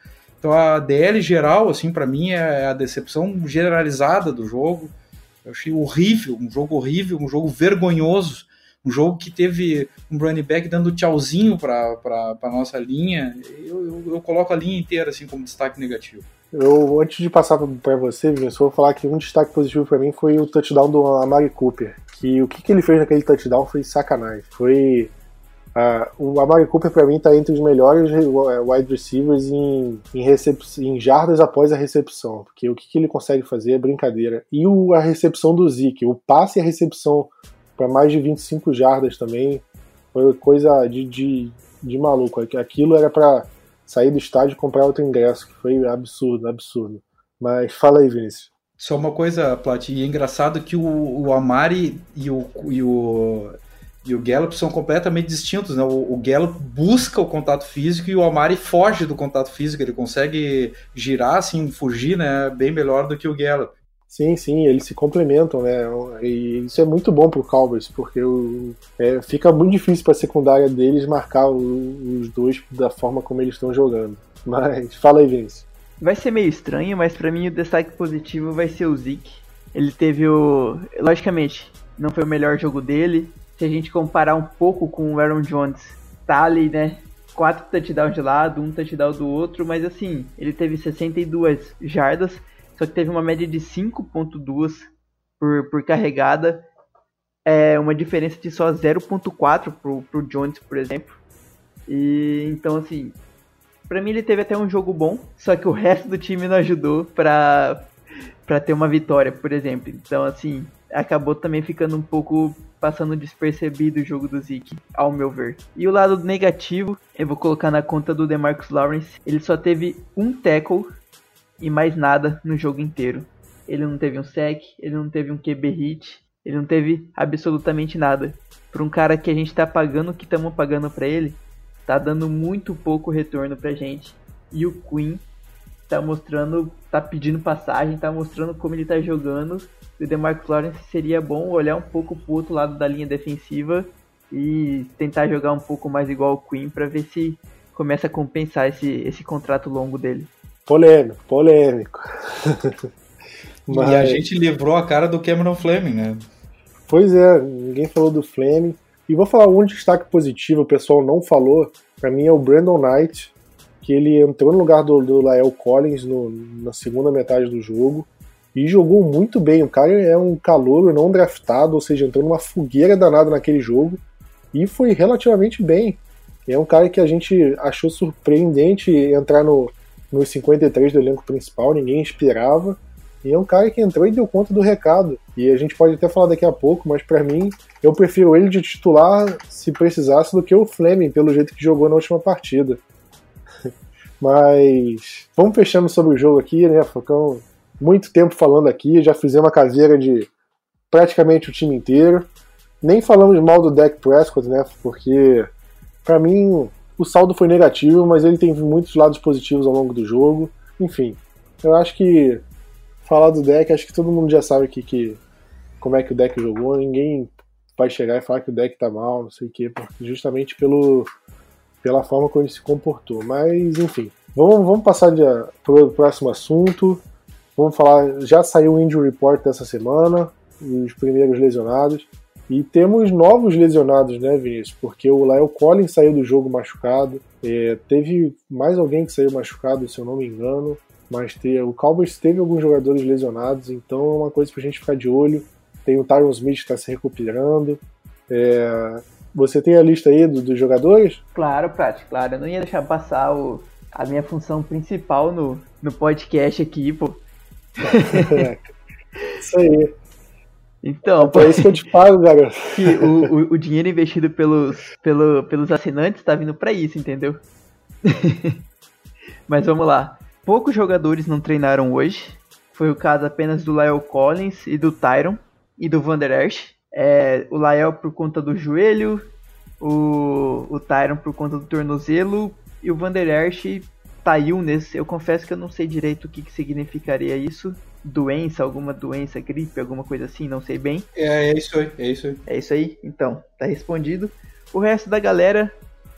Então a D L geral, assim, para mim é a decepção generalizada do jogo. Eu achei horrível, um jogo horrível, um jogo vergonhoso, um jogo que teve um running back dando tchauzinho para a nossa linha. Eu, eu, eu coloco a linha inteira assim como destaque negativo. Eu, antes de passar para você, Vinícius, eu vou falar que um destaque positivo para mim foi o touchdown do Amari Cooper. Que o que, que ele fez naquele touchdown foi sacanagem. Foi uh, o Amari Cooper para mim está entre os melhores wide receivers em, em, recep- em jardas após a recepção, porque o que, que ele consegue fazer é brincadeira. E o, a recepção do Zeke, o passe e a recepção para mais de vinte e cinco jardas também, foi coisa de, de, de maluco. Aquilo era para sair do estádio e comprar outro ingresso, que foi absurdo, absurdo. Mas fala aí, Vinícius. Só uma coisa, Plat, e é engraçado que o, o Amari e o, e, o, e o Gallup são completamente distintos, né? O, o Gallup busca o contato físico e o Amari foge do contato físico, ele consegue girar, assim, fugir, né? Bem melhor do que o Gallup. Sim, sim, eles se complementam, né? E isso é muito bom pro Cowboys, porque o, é, fica muito difícil para a secundária deles marcar o, os dois da forma como eles estão jogando. Mas fala aí, Vinícius. Vai ser meio estranho, mas pra mim o destaque positivo vai ser o Zeke. Ele teve o... Logicamente, não foi o melhor jogo dele. Se a gente comparar um pouco com o Aaron Jones, tá ali, né? Quatro touchdowns de lado, um touchdown do outro, mas assim, ele teve sessenta e duas jardas, só que teve uma média de cinco vírgula dois por, por carregada, é uma diferença de só zero vírgula quatro pro, pro Jones, por exemplo. E então, assim, pra mim ele teve até um jogo bom, só que o resto do time não ajudou pra, pra ter uma vitória, por exemplo. Então, assim, acabou também ficando um pouco passando despercebido o jogo do Zeke, ao meu ver. E o lado negativo, eu vou colocar na conta do DeMarcus Lawrence. Ele só teve um tackle e mais nada no jogo inteiro. Ele não teve um sack, ele não teve um Q B hit, ele não teve absolutamente nada. Para um cara que a gente tá pagando o que estamos pagando para ele, tá dando muito pouco retorno pra gente. E o Quinn tá mostrando, tá pedindo passagem, tá mostrando como ele tá jogando. E o DeMarcus Lawrence seria bom olhar um pouco pro outro lado da linha defensiva e tentar jogar um pouco mais igual o Quinn para ver se começa a compensar esse, esse contrato longo dele. Polêmico, polêmico. Mas... E a gente livrou a cara do Cameron Fleming, né? Pois é, ninguém falou do Fleming. E vou falar um destaque positivo, o pessoal não falou, pra mim é o Brandon Knight, que ele entrou no lugar do, do La'el Collins no, na segunda metade do jogo e jogou muito bem. O cara é um calouro não draftado, ou seja, entrou numa fogueira danada naquele jogo e foi relativamente bem. É um cara que a gente achou surpreendente entrar no nos cinquenta e três do elenco principal, ninguém esperava, e é um cara que entrou e deu conta do recado, e a gente pode até falar daqui a pouco, mas pra mim, eu prefiro ele de titular se precisasse do que o Fleming, pelo jeito que jogou na última partida. Mas vamos fechando sobre o jogo aqui, né, Ficamos muito tempo falando aqui, já fizemos uma caseira de praticamente o time inteiro, nem falamos mal do Dak Prescott, né, porque pra mim o saldo foi negativo, mas ele tem muitos lados positivos ao longo do jogo. Enfim, eu acho que falar do Dak, acho que todo mundo já sabe que, que, como é que o Dak jogou. Ninguém vai chegar e falar que o Dak tá mal, não sei o quê, justamente pelo, pela forma como ele se comportou. Mas, enfim, vamos, vamos passar para o próximo assunto. Vamos falar, já saiu o Injury Report dessa semana, os primeiros lesionados. E temos novos lesionados, né, Vinícius? Porque o La'el Collins saiu do jogo machucado. É, teve mais alguém que saiu machucado, se eu não me engano. Mas te, o Cowboys teve alguns jogadores lesionados, então é uma coisa pra gente ficar de olho. Tem o Tyron Smith que está se recuperando. É, você tem a lista aí do, dos jogadores? Claro, Prat, claro. Eu não ia deixar passar o, a minha função principal no, no podcast aqui, pô. É, isso aí. Então, é isso que eu te pago, garoto. Que o, o, o dinheiro investido pelos, pelo, pelos assinantes tá vindo pra isso, entendeu? Mas vamos lá. Poucos jogadores não treinaram hoje. Foi o caso apenas do La'el Collins e do Tyron e do Van Der Esch. É, o La'el por conta do joelho, o, o Tyron por conta do tornozelo e o Van Der Esch tá illness. Eu confesso que eu não sei direito o que, que significaria isso. Doença, alguma doença, gripe, alguma coisa assim, não sei bem. É, é isso aí, é isso aí. É isso aí? Então, tá respondido. O resto da galera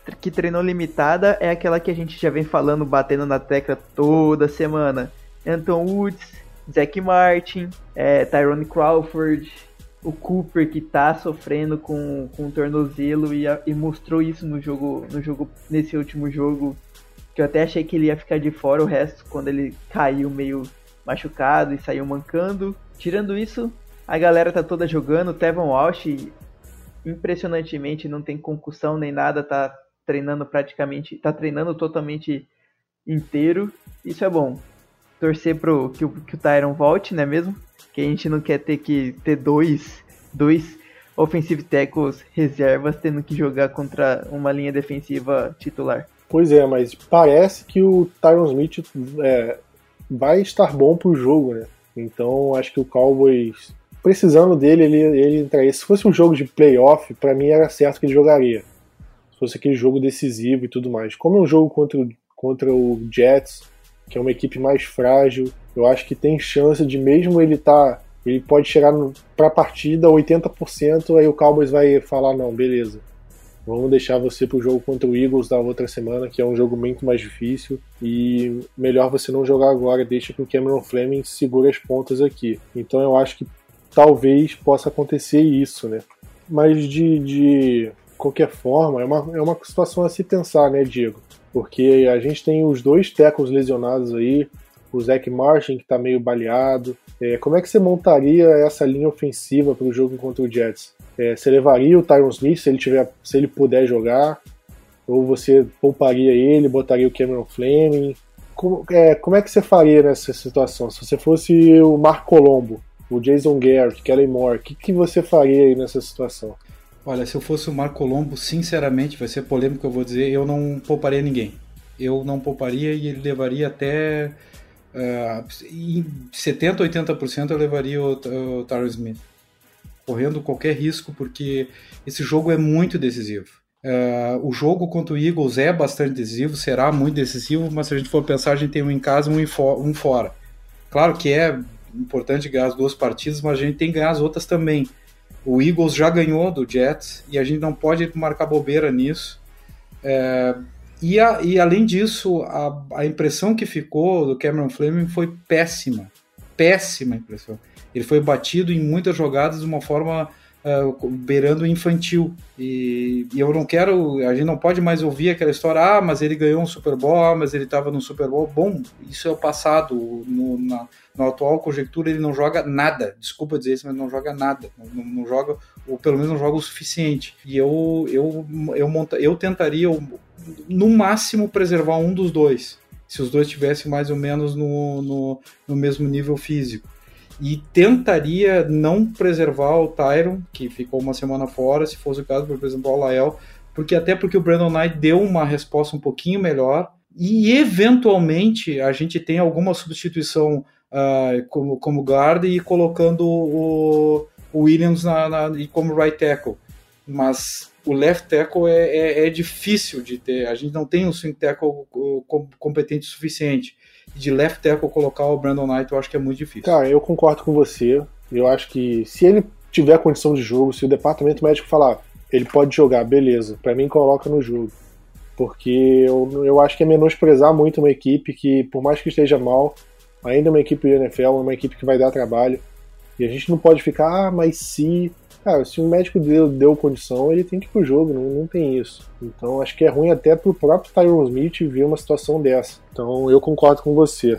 que treinou limitada é aquela que a gente já vem falando, batendo na tecla toda semana. Anton Woods, Zach Martin, é, Tyrone Crawford, o Cooper que tá sofrendo com, com o tornozelo e, a, e mostrou isso no jogo, no jogo, nesse último jogo, que eu até achei que ele ia ficar de fora, o resto quando ele caiu meio machucado e saiu mancando. Tirando isso, a galera tá toda jogando. O Tevin Walsh, impressionantemente, não tem concussão nem nada, tá treinando praticamente, tá treinando totalmente inteiro. Isso é bom. Torcer pro que o, que o Tyron volte, né mesmo? Que a gente não quer ter que ter dois, dois offensive tackles reservas tendo que jogar contra uma linha defensiva titular. Pois é, mas parece que o Tyron Smith é, vai estar bom pro jogo, né? Então acho que o Cowboys, precisando dele, ele, ele entraria. Se fosse um jogo de playoff, pra mim era certo que ele jogaria. Se fosse aquele jogo decisivo e tudo mais. Como é um jogo contra, contra o Jets, que é uma equipe mais frágil, eu acho que tem chance de, mesmo ele tá, ele pode chegar no, pra partida oitenta por cento, aí o Cowboys vai falar, não, beleza, vamos deixar você pro jogo contra o Eagles da outra semana, que é um jogo muito mais difícil, e melhor você não jogar agora, deixa que o Cameron Fleming segure as pontas aqui. Então eu acho que talvez possa acontecer isso, né? Mas de, de qualquer forma, é uma, é uma situação a se pensar, né, Diego? Porque a gente tem os dois tackles lesionados aí, o Zach Martin que tá meio baleado. É, como é que você montaria essa linha ofensiva para o jogo contra o Jets? É, você levaria o Tyron Smith se ele, tiver, se ele puder jogar? Ou você pouparia ele, botaria o Cameron Fleming? Como é, como é que você faria nessa situação? Se você fosse o Mark Colombo, o Jason Garrett, Kellen Moore, o que, que você faria aí nessa situação? Olha, se eu fosse o Mark Colombo, sinceramente, vai ser polêmico que eu vou dizer, eu não pouparia ninguém. Eu não pouparia e ele levaria até... Uh, em setenta, oitenta por cento eu levaria o, o Tyron Smith. Correndo qualquer risco, porque esse jogo é muito decisivo. Uh, o jogo contra o Eagles é bastante decisivo, será muito decisivo, mas se a gente for pensar, a gente tem um em casa e um, fo- um fora. Claro que é importante ganhar as duas partidas, mas a gente tem que ganhar as outras também. O Eagles já ganhou do Jets e a gente não pode marcar bobeira nisso. É, e, a, e além disso, a, a impressão que ficou do Cameron Fleming foi péssima. Péssima impressão. Ele foi batido em muitas jogadas de uma forma uh, beirando infantil. E, e eu não quero... A gente não pode mais ouvir aquela história, ah, mas ele ganhou um Super Bowl, ah, mas ele estava no Super Bowl. Bom, isso é o passado. No, na, na atual conjectura ele não joga nada. Desculpa dizer isso, mas não joga nada. Não, não joga, ou pelo menos não joga o suficiente. E eu, eu, eu, monta, eu tentaria, no máximo, preservar um dos dois. Se os dois estivessem mais ou menos no, no, no mesmo nível físico. E tentaria não preservar o Tyron, que ficou uma semana fora, se fosse o caso, por exemplo, o Lael, porque até porque o Brandon Knight deu uma resposta um pouquinho melhor, e eventualmente a gente tem alguma substituição uh, como, como guard e colocando o, o Williams na, na, como right tackle. Mas o left tackle é, é, é difícil de ter, a gente não tem um swing tackle competente o suficiente. De left tackle colocar o Brandon Knight, eu acho que é muito difícil. Cara, eu concordo com você. Eu acho que se ele tiver condição de jogo, se o departamento médico falar, ele pode jogar, beleza, pra mim coloca no jogo. Porque eu, eu acho que é menosprezar muito uma equipe que, por mais que esteja mal, ainda é uma equipe do N F L, é uma equipe que vai dar trabalho. E a gente não pode ficar, ah, mas se... Cara, se o médico deu, deu condição, ele tem que ir pro jogo, não, não tem isso. Então acho que é ruim até pro próprio Tyron Smith ver uma situação dessa. Então eu concordo com você.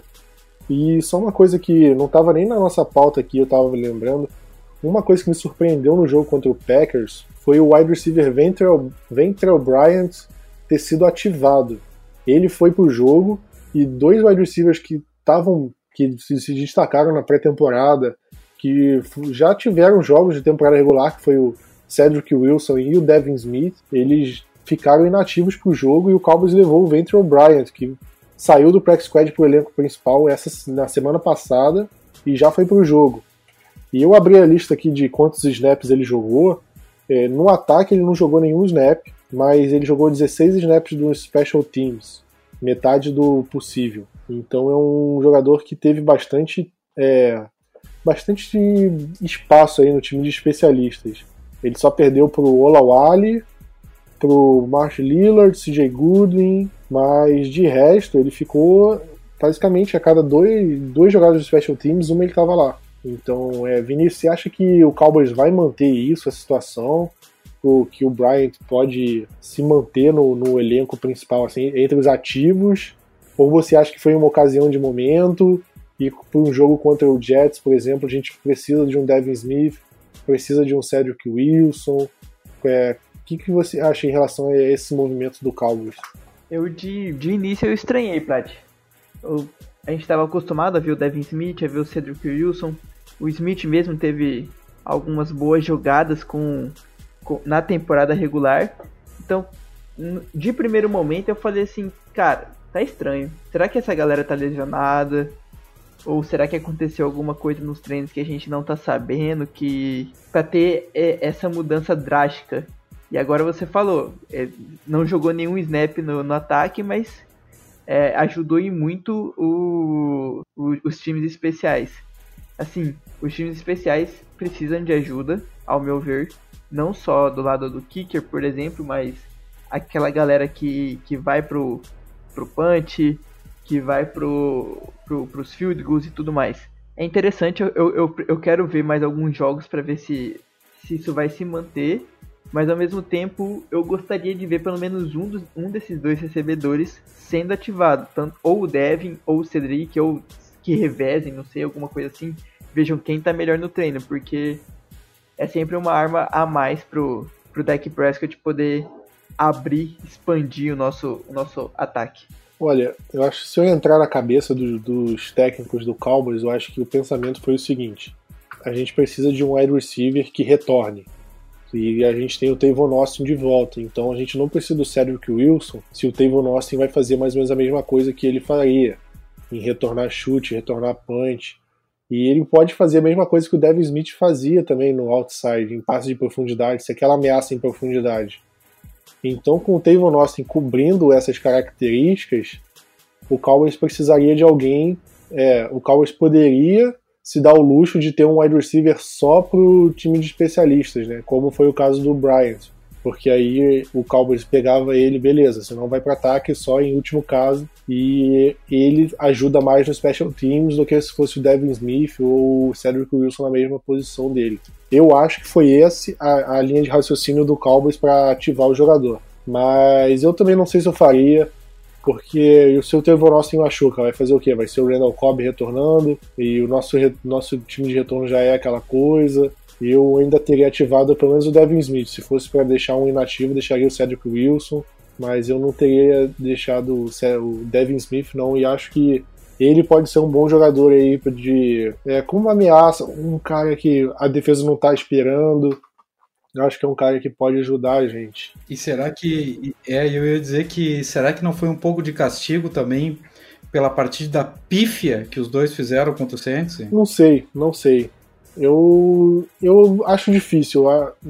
E só uma coisa que não estava nem na nossa pauta aqui, eu estava me lembrando. Uma coisa que me surpreendeu no jogo contra o Packers foi o wide receiver Ventrell, Ventrell Bryant ter sido ativado. Ele foi pro jogo e dois wide receivers que estavam, que se destacaram na pré-temporada, que já tiveram jogos de temporada regular, que foi o Cedric Wilson e o Devin Smith, eles ficaram inativos pro jogo e o Cowboys levou o Ventrell Bryant, que saiu do practice squad pro elenco principal essa, na semana passada e já foi pro jogo. E eu abri a lista aqui de quantos snaps ele jogou. É, no ataque ele não jogou nenhum snap, mas ele jogou dezesseis snaps do Special Teams, metade do possível. Então é um jogador que teve bastante... É, bastante espaço aí no time de especialistas. Ele só perdeu pro Olawale, pro Marsh Lillard, C J Goodwin, mas de resto ele ficou basicamente a cada dois, dois jogadores de Special Teams, uma ele estava lá. Então, é, Vinícius, você acha que o Cowboys vai manter isso, a situação, o, que o Bryant pode se manter no, no elenco principal, assim, entre os ativos, ou você acha que foi uma ocasião de momento e para um jogo contra o Jets, por exemplo, a gente precisa de um Devin Smith, precisa de um Cedric Wilson? É, o que, que você acha em relação a esse movimento do Cowboys? Eu, de, de início, eu estranhei, Plat. Eu, a gente estava acostumado a ver o Devin Smith, a ver o Cedric Wilson. O Smith mesmo teve algumas boas jogadas com, com, na temporada regular. Então, de primeiro momento, eu falei assim, cara, tá estranho. Será que essa galera tá lesionada? Ou será que aconteceu alguma coisa nos treinos que a gente não tá sabendo? Que pra ter é, essa mudança drástica. E agora você falou, é, não jogou nenhum snap no, no ataque, mas é, ajudou em muito o, o, os times especiais. Assim, os times especiais precisam de ajuda, ao meu ver. Não só do lado do kicker, por exemplo, mas aquela galera que, que vai pro, pro punch, que vai pro, pro, pros field goals e tudo mais. É interessante, eu, eu, eu quero ver mais alguns jogos para ver se, se isso vai se manter, mas ao mesmo tempo eu gostaria de ver pelo menos um, dos, um desses dois recebedores sendo ativado, tanto, ou o Devin ou o Cedric, ou que revezem, não sei, alguma coisa assim, vejam quem tá melhor no treino, porque é sempre uma arma a mais pro, pro Dak Prescott poder abrir, expandir o nosso, o nosso ataque. Olha, eu acho que se eu entrar na cabeça do, dos técnicos do Cowboys, eu acho que o pensamento foi o seguinte: a gente precisa de um wide receiver que retorne. E a gente tem o Tavon Austin de volta, então a gente não precisa do Cedric Wilson se o Tavon Austin vai fazer mais ou menos a mesma coisa que ele faria, em retornar chute, retornar punch. E ele pode fazer a mesma coisa que o Devin Smith fazia também no outside, em passe de profundidade, se aquela ameaça em profundidade. Então, com o Tavon Austin cobrindo essas características, o Cowboys precisaria de alguém, é, o Cowboys poderia se dar o luxo de ter um wide receiver só pro time de especialistas, né? Como foi o caso do Bryant, porque aí o Cowboys pegava ele, beleza, você não vai para ataque só em último caso, e ele ajuda mais no special teams do que se fosse o Devin Smith ou o Cedric Wilson na mesma posição dele. Eu acho que foi essa a, a linha de raciocínio do Cowboys para ativar o jogador, mas eu também não sei se eu faria, porque o seu Tavon Austin machuca, vai fazer o quê? Vai ser o Randall Cobb retornando, e o nosso, nosso time de retorno já é aquela coisa. Eu ainda teria ativado pelo menos o Devin Smith. Se fosse para deixar um inativo, deixaria o Cedric Wilson, mas eu não teria deixado o Devin Smith, não, e acho que ele pode ser um bom jogador aí de, é, como uma ameaça, um cara que a defesa não tá esperando. Eu acho que é um cara que pode ajudar a gente. E será que, é, eu ia dizer que, será que não foi um pouco de castigo também pela partida pífia que os dois fizeram contra o Saints? Não sei, não sei. Eu, eu acho difícil,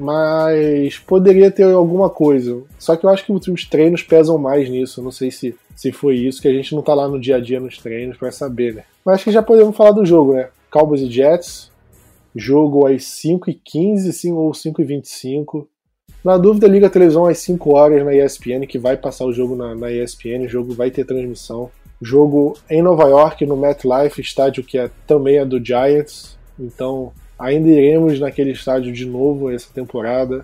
mas poderia ter alguma coisa. Só que eu acho que os treinos pesam mais nisso. Eu não sei se, se foi isso, que a gente não tá lá no dia a dia nos treinos pra saber, né? Mas acho que já podemos falar do jogo, né? Cowboys e Jets. Jogo às cinco e quinze ou cinco e vinte e cinco. Na dúvida, liga a televisão às cinco horas na E S P N, que vai passar o jogo na, na E S P N. O jogo vai ter transmissão. Jogo em Nova York, no MetLife, estádio que é, também é do Giants. Então, ainda iremos naquele estádio de novo essa temporada.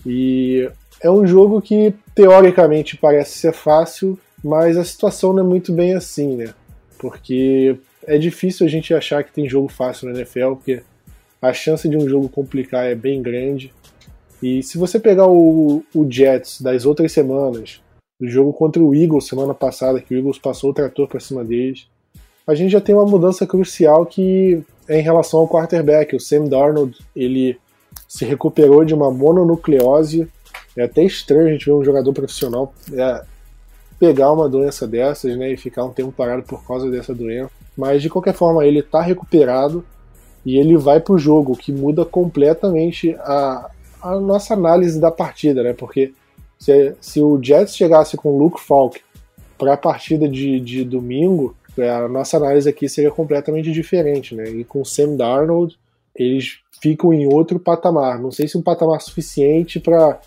E é um jogo que, teoricamente, parece ser fácil, mas a situação não é muito bem assim, né? Porque é difícil a gente achar que tem jogo fácil na N F L, porque a chance de um jogo complicar é bem grande. E se você pegar o, o Jets das outras semanas, o jogo contra o Eagles semana passada, que o Eagles passou o trator para cima deles, a gente já tem uma mudança crucial que é em relação ao quarterback. O Sam Darnold, ele se recuperou de uma mononucleose. É até estranho a gente ver um jogador profissional é, pegar uma doença dessas, né, e ficar um tempo parado por causa dessa doença. Mas de qualquer forma, ele está recuperado e ele vai para o jogo, que muda completamente a, a nossa análise da partida, né? Porque se, se o Jets chegasse com o Luke Falk para a partida de, de domingo, a nossa análise aqui seria completamente diferente, né? E com o Sam Darnold, eles ficam em outro patamar. Não sei se um patamar suficiente para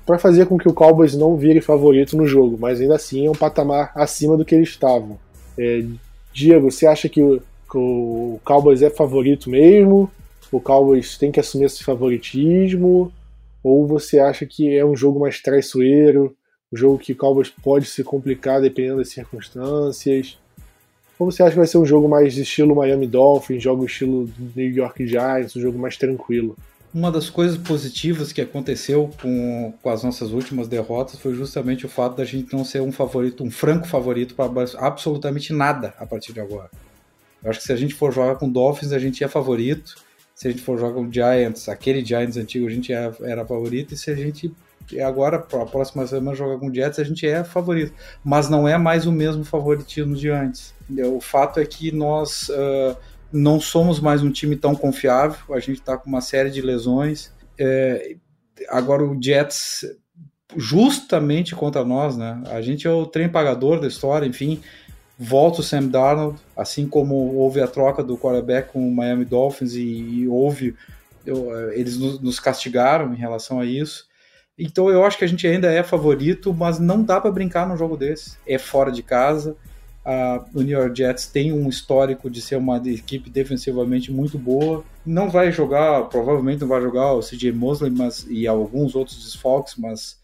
para fazer com que o Cowboys não vire favorito no jogo, mas ainda assim é um patamar acima do que eles estavam. É, Diego, você acha que o, que o Cowboys é favorito mesmo? O Cowboys tem que assumir esse favoritismo? Ou você acha que é um jogo mais traiçoeiro, um jogo que o Cowboys pode se complicar dependendo das circunstâncias? Ou você acha que vai ser um jogo mais estilo Miami Dolphins, jogo estilo New York Giants, um jogo mais tranquilo? Uma das coisas positivas que aconteceu com, com as nossas últimas derrotas foi justamente o fato da gente não ser um favorito, um franco favorito para absolutamente nada a partir de agora. Eu acho que se a gente for jogar com Dolphins, a gente é favorito. Se a gente for jogar com Giants, aquele Giants antigo, a gente era, era favorito. E se a gente agora, para a próxima semana, jogar com Jets, a gente é favorito. Mas não é mais o mesmo favoritismo de antes. O fato é que nós... Uh, não somos mais um time tão confiável, a gente está com uma série de lesões. É, agora o Jets, justamente contra nós, né? A gente é o trem pagador da história, enfim, volta o Sam Darnold, assim como houve a troca do quarterback com o Miami Dolphins e, e houve, eu, eles nos, nos castigaram em relação a isso. Então eu acho que a gente ainda é favorito, mas não dá para brincar num jogo desse. É fora de casa. Uh, o New York Jets tem um histórico de ser uma equipe defensivamente muito boa. Não vai jogar, provavelmente não vai jogar o C J Mosley mas, e alguns outros desfalques, mas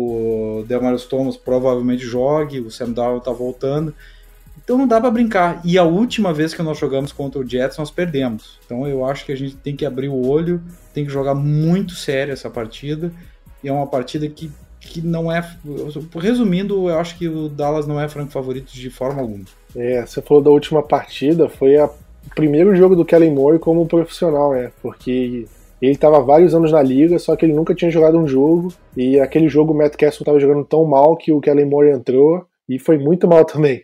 o Demaryius Thomas provavelmente jogue, o Sam Darnold tá voltando. Então não dá para brincar. E a última vez que nós jogamos contra o Jets, nós perdemos. Então eu acho que a gente tem que abrir o olho, tem que jogar muito sério essa partida. E é uma partida que que não é... Resumindo, eu acho que o Dallas não é franco favorito de forma alguma. É, você falou da última partida, foi a, o primeiro jogo do Kellen Moore como profissional, né? Porque ele estava há vários anos na liga, só que ele nunca tinha jogado um jogo, e aquele jogo o Matt Castle estava jogando tão mal que o Kellen Moore entrou, e foi muito mal também.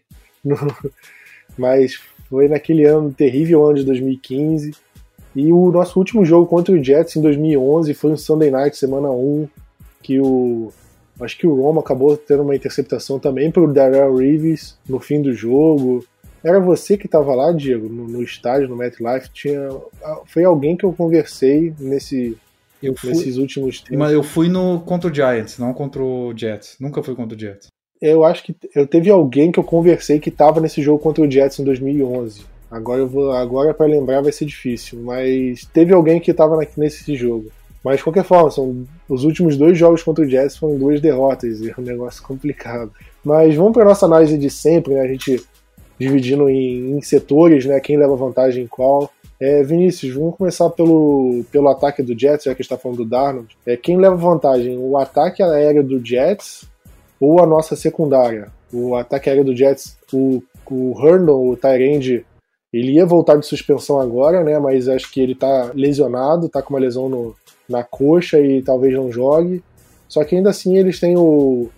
Mas foi naquele ano, terrível ano de dois mil e quinze, e o nosso último jogo contra o Jets em dois mil e onze foi um Sunday Night, semana um, que o... Acho que o Romo acabou tendo uma interceptação também para o Darrelle Reeves no fim do jogo. Era você que estava lá, Diego, no, no estádio, no MetLife? Tinha, foi alguém que eu conversei nesse, eu fui, nesses últimos tempos. Mas eu fui no, contra o Giants, não contra o Jets. Nunca fui contra o Jets. Eu acho que eu teve alguém que eu conversei que estava nesse jogo contra o Jets em dois mil e onze. Agora, eu vou, agora para lembrar vai ser difícil, mas teve alguém que estava nesse jogo. Mas, de qualquer forma, são, os últimos dois jogos contra o Jets foram duas derrotas, é um negócio complicado. Mas vamos para a nossa análise de sempre, né? A gente dividindo em, em setores, né? Quem leva vantagem em qual. É, Vinícius, vamos começar pelo, pelo ataque do Jets, já que a gente está falando do Darnold. É, quem leva vantagem, o ataque aéreo do Jets ou a nossa secundária? O ataque aéreo do Jets, o, o Herndon, o tight end, ele ia voltar de suspensão agora, né? Mas acho que ele está lesionado, está com uma lesão no... na coxa e talvez não jogue. Só que ainda assim eles têm o,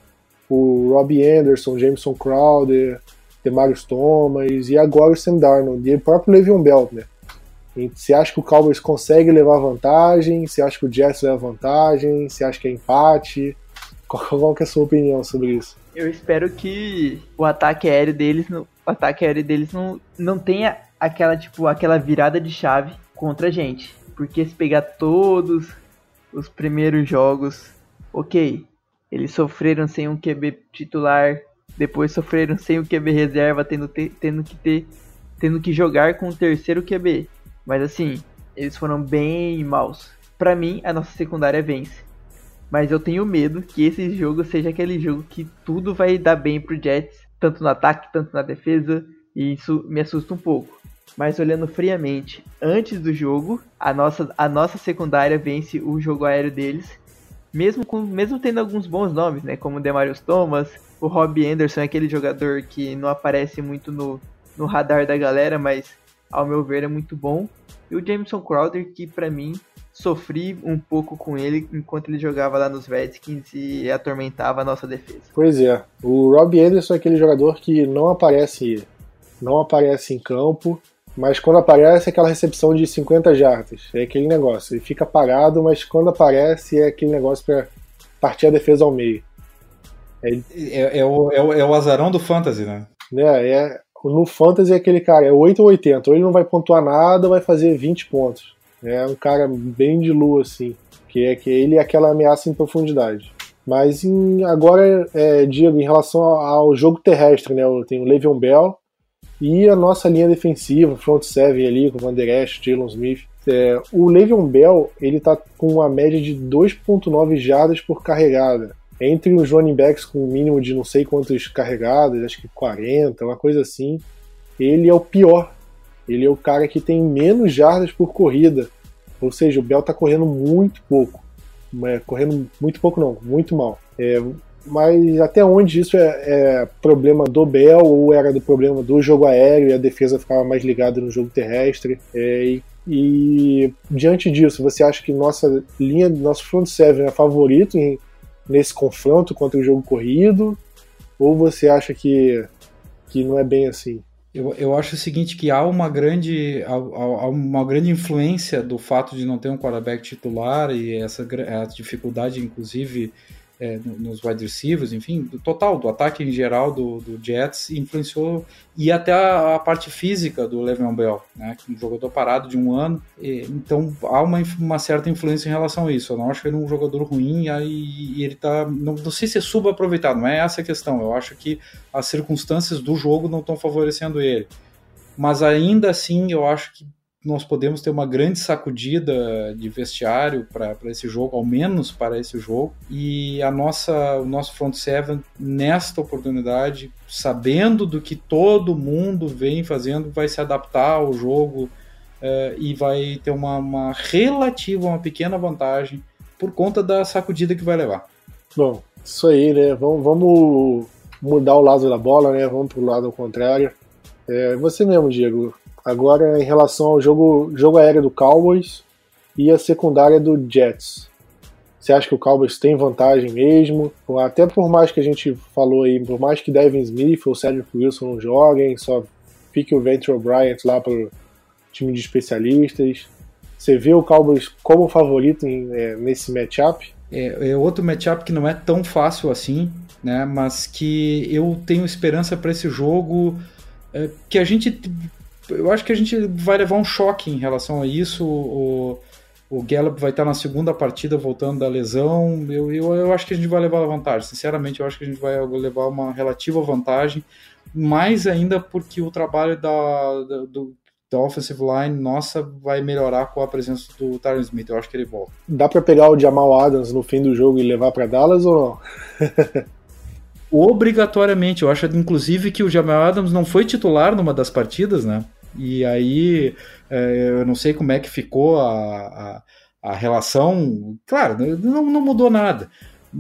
o Robbie Anderson, Jameson Crowder, Demaryius Thomas e agora o Sam Darnold e o próprio Le'Veon Bell, né? E você acha que o Cowboys consegue levar vantagem? Você acha que o Jets leva vantagem? Você acha que é empate? Qual, qual que é a sua opinião sobre isso? Eu espero que o ataque aéreo deles, o ataque aéreo deles não, não tenha aquela, tipo, aquela virada de chave contra a gente. Porque se pegar todos os primeiros jogos, ok, eles sofreram sem um Q B titular, depois sofreram sem o Q B reserva, tendo, te, tendo, que, ter, tendo que jogar com o terceiro Q B. Mas assim, eles foram bem maus. Pra mim, a nossa secundária vence. Mas eu tenho medo que esse jogo seja aquele jogo que tudo vai dar bem pro Jets, tanto no ataque, tanto na defesa, e isso me assusta um pouco. Mas olhando friamente, antes do jogo, a nossa, a nossa secundária vence o jogo aéreo deles, mesmo, com, mesmo tendo alguns bons nomes, né, como o Demaryius Thomas, o Robbie Anderson é aquele jogador que não aparece muito no, no radar da galera, mas ao meu ver é muito bom, e o Jameson Crowder, que pra mim, sofri um pouco com ele enquanto ele jogava lá nos Redskins e atormentava a nossa defesa. Pois é, o Robbie Anderson é aquele jogador que não aparece, não aparece em campo, mas quando aparece é aquela recepção de cinquenta jardas, é aquele negócio, ele fica parado, mas quando aparece é aquele negócio para partir a defesa ao meio. É, é, é, o, é, o, é o azarão do Fantasy, né? É, é, no Fantasy é aquele cara, é oito ou oitenta, ou ele não vai pontuar nada ou vai fazer vinte pontos. É um cara bem de lua, assim, que é que ele é aquela ameaça em profundidade. Mas em, agora, é, Diego, em relação ao, ao jogo terrestre, né? Tem o Le'Veon Bell e a nossa linha defensiva, front seven ali, com o Van Der Esch, Jalen Smith. É, o Le'Veon Bell, ele tá com uma média de dois vírgula nove jardas por carregada. Entre os running backs com um mínimo de não sei quantas carregadas, acho que quarenta, uma coisa assim, ele é o pior. Ele é o cara que tem menos jardas por corrida. Ou seja, o Bell tá correndo muito pouco. É, correndo muito pouco não, muito mal. É, mas até onde isso é, é problema do Bell ou era do problema do jogo aéreo e a defesa ficava mais ligada no jogo terrestre? É, e, e diante disso, você acha que nossa linha, nosso front seven é favorito em, nesse confronto contra o jogo corrido? Ou você acha que, que não é bem assim? Eu, eu acho o seguinte, que há uma grande, há, há uma grande influência do fato de não ter um quarterback titular e essa a dificuldade, inclusive, é, nos wide receivers, enfim, do total, do ataque em geral do, do Jets, influenciou, e até a, a parte física do Le'Veon Bell, né, um jogador parado de um ano, e, então há uma, uma certa influência em relação a isso. Eu não acho ele um jogador ruim, e, e ele tá, não, não sei se é subaproveitado, não é essa a questão, eu acho que as circunstâncias do jogo não estão favorecendo ele, mas ainda assim eu acho que nós podemos ter uma grande sacudida de vestiário para esse jogo, ao menos para esse jogo, e a nossa, o nosso front seven, nesta oportunidade, sabendo do que todo mundo vem fazendo, vai se adaptar ao jogo uh, e vai ter uma, uma relativa, uma pequena vantagem por conta da sacudida que vai levar. Bom, isso aí, né? Vamos, vamos mudar o lado da bola, né? Vamos pro lado ao contrário. É, você mesmo, Diego. Agora, em relação ao jogo, jogo aéreo do Cowboys e a secundária do Jets. Você acha que o Cowboys tem vantagem mesmo? Até por mais que a gente falou aí, por mais que Devin Smith ou Cedric Wilson não joguem, só fique o Venture Bryant lá para o time de especialistas. Você vê o Cowboys como favorito em, é, nesse matchup? É, é outro matchup que não é tão fácil assim, né? Mas que eu tenho esperança para esse jogo, é, que a gente... Eu acho que a gente vai levar um choque em relação a isso. O, o Gallup vai estar na segunda partida voltando da lesão. Eu, eu, eu acho que a gente vai levar a vantagem. Sinceramente, eu acho que a gente vai levar uma relativa vantagem. Mais ainda porque o trabalho da, da, do, da offensive line nossa vai melhorar com a presença do Tyron Smith. Eu acho que ele volta. Dá para pegar o Jamal Adams no fim do jogo e levar para Dallas ou não? Obrigatoriamente. Eu acho, inclusive, que o Jamal Adams não foi titular numa das partidas, né? E aí, eu não sei como é que ficou a, a, a relação. Claro, não, não mudou nada.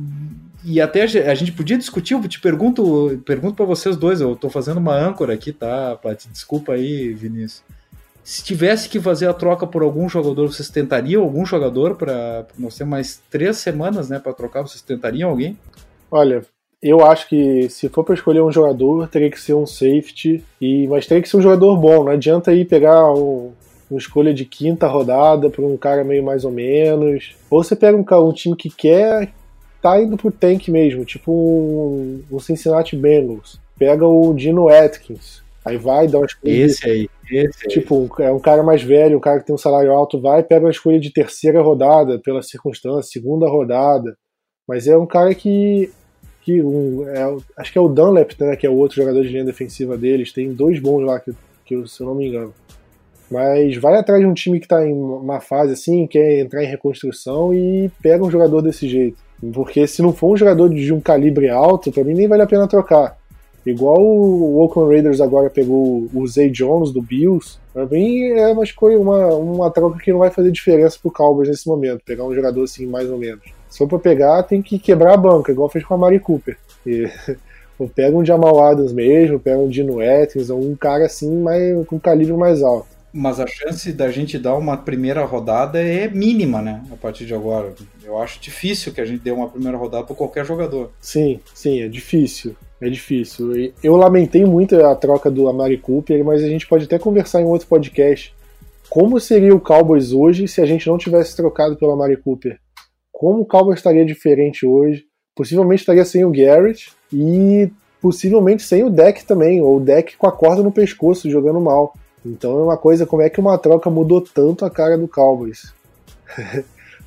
E até a gente podia discutir, eu te pergunto, pergunto para vocês dois, eu tô fazendo uma âncora aqui, tá, Paty? Desculpa aí, Vinícius. Se tivesse que fazer a troca por algum jogador, vocês tentariam algum jogador para nós ter mais três semanas, né, para trocar? Vocês tentariam alguém? Olha, eu acho que se for para escolher um jogador, teria que ser um safety, e, mas teria que ser um jogador bom. Não adianta ir pegar um, uma escolha de quinta rodada para um cara meio mais ou menos. Ou você pega um, um time que quer, tá indo pro tank mesmo, tipo um, um Cincinnati Bengals. Pega o Dino Atkins, aí vai dar uma escolha. Esse de, aí, esse aí. Tipo, um, é um cara mais velho, um cara que tem um salário alto, vai, pega uma escolha de terceira rodada, pela circunstância, segunda rodada. Mas é um cara que. Que um, é, acho que é o Dunlap, né, que é o outro jogador de linha defensiva deles. Tem dois bons lá, que, que se eu não me engano. Mas vai atrás de um time que está em uma fase assim, quer entrar em reconstrução e pega um jogador desse jeito. Porque se não for um jogador de um calibre alto, para mim nem vale a pena trocar. Igual o Oakland Raiders agora pegou o Zay Jones do Bills, para mim é uma escolha, uma, uma troca que não vai fazer diferença pro Cowboys nesse momento. Pegar um jogador assim, mais ou menos. Se for pra pegar, tem que quebrar a banca, igual fez com a Mari Cooper. E, ou pega um Jamal Adams mesmo, pega um Dino Atkins, ou um cara assim, mais, com calibre mais alto. Mas a chance da gente dar uma primeira rodada é mínima, né? A partir de agora. Eu acho difícil que a gente dê uma primeira rodada para qualquer jogador. Sim, sim, é difícil. É difícil. Eu lamentei muito a troca do Amari Cooper, mas a gente pode até conversar em outro podcast. Como seria o Cowboys hoje se a gente não tivesse trocado pelo Amari Cooper? Como o Cowboys estaria diferente hoje? Possivelmente estaria sem o Garrett e possivelmente sem o Dak também, ou o Dak com a corda no pescoço, jogando mal. Então é uma coisa, como é que uma troca mudou tanto a cara do Cowboys?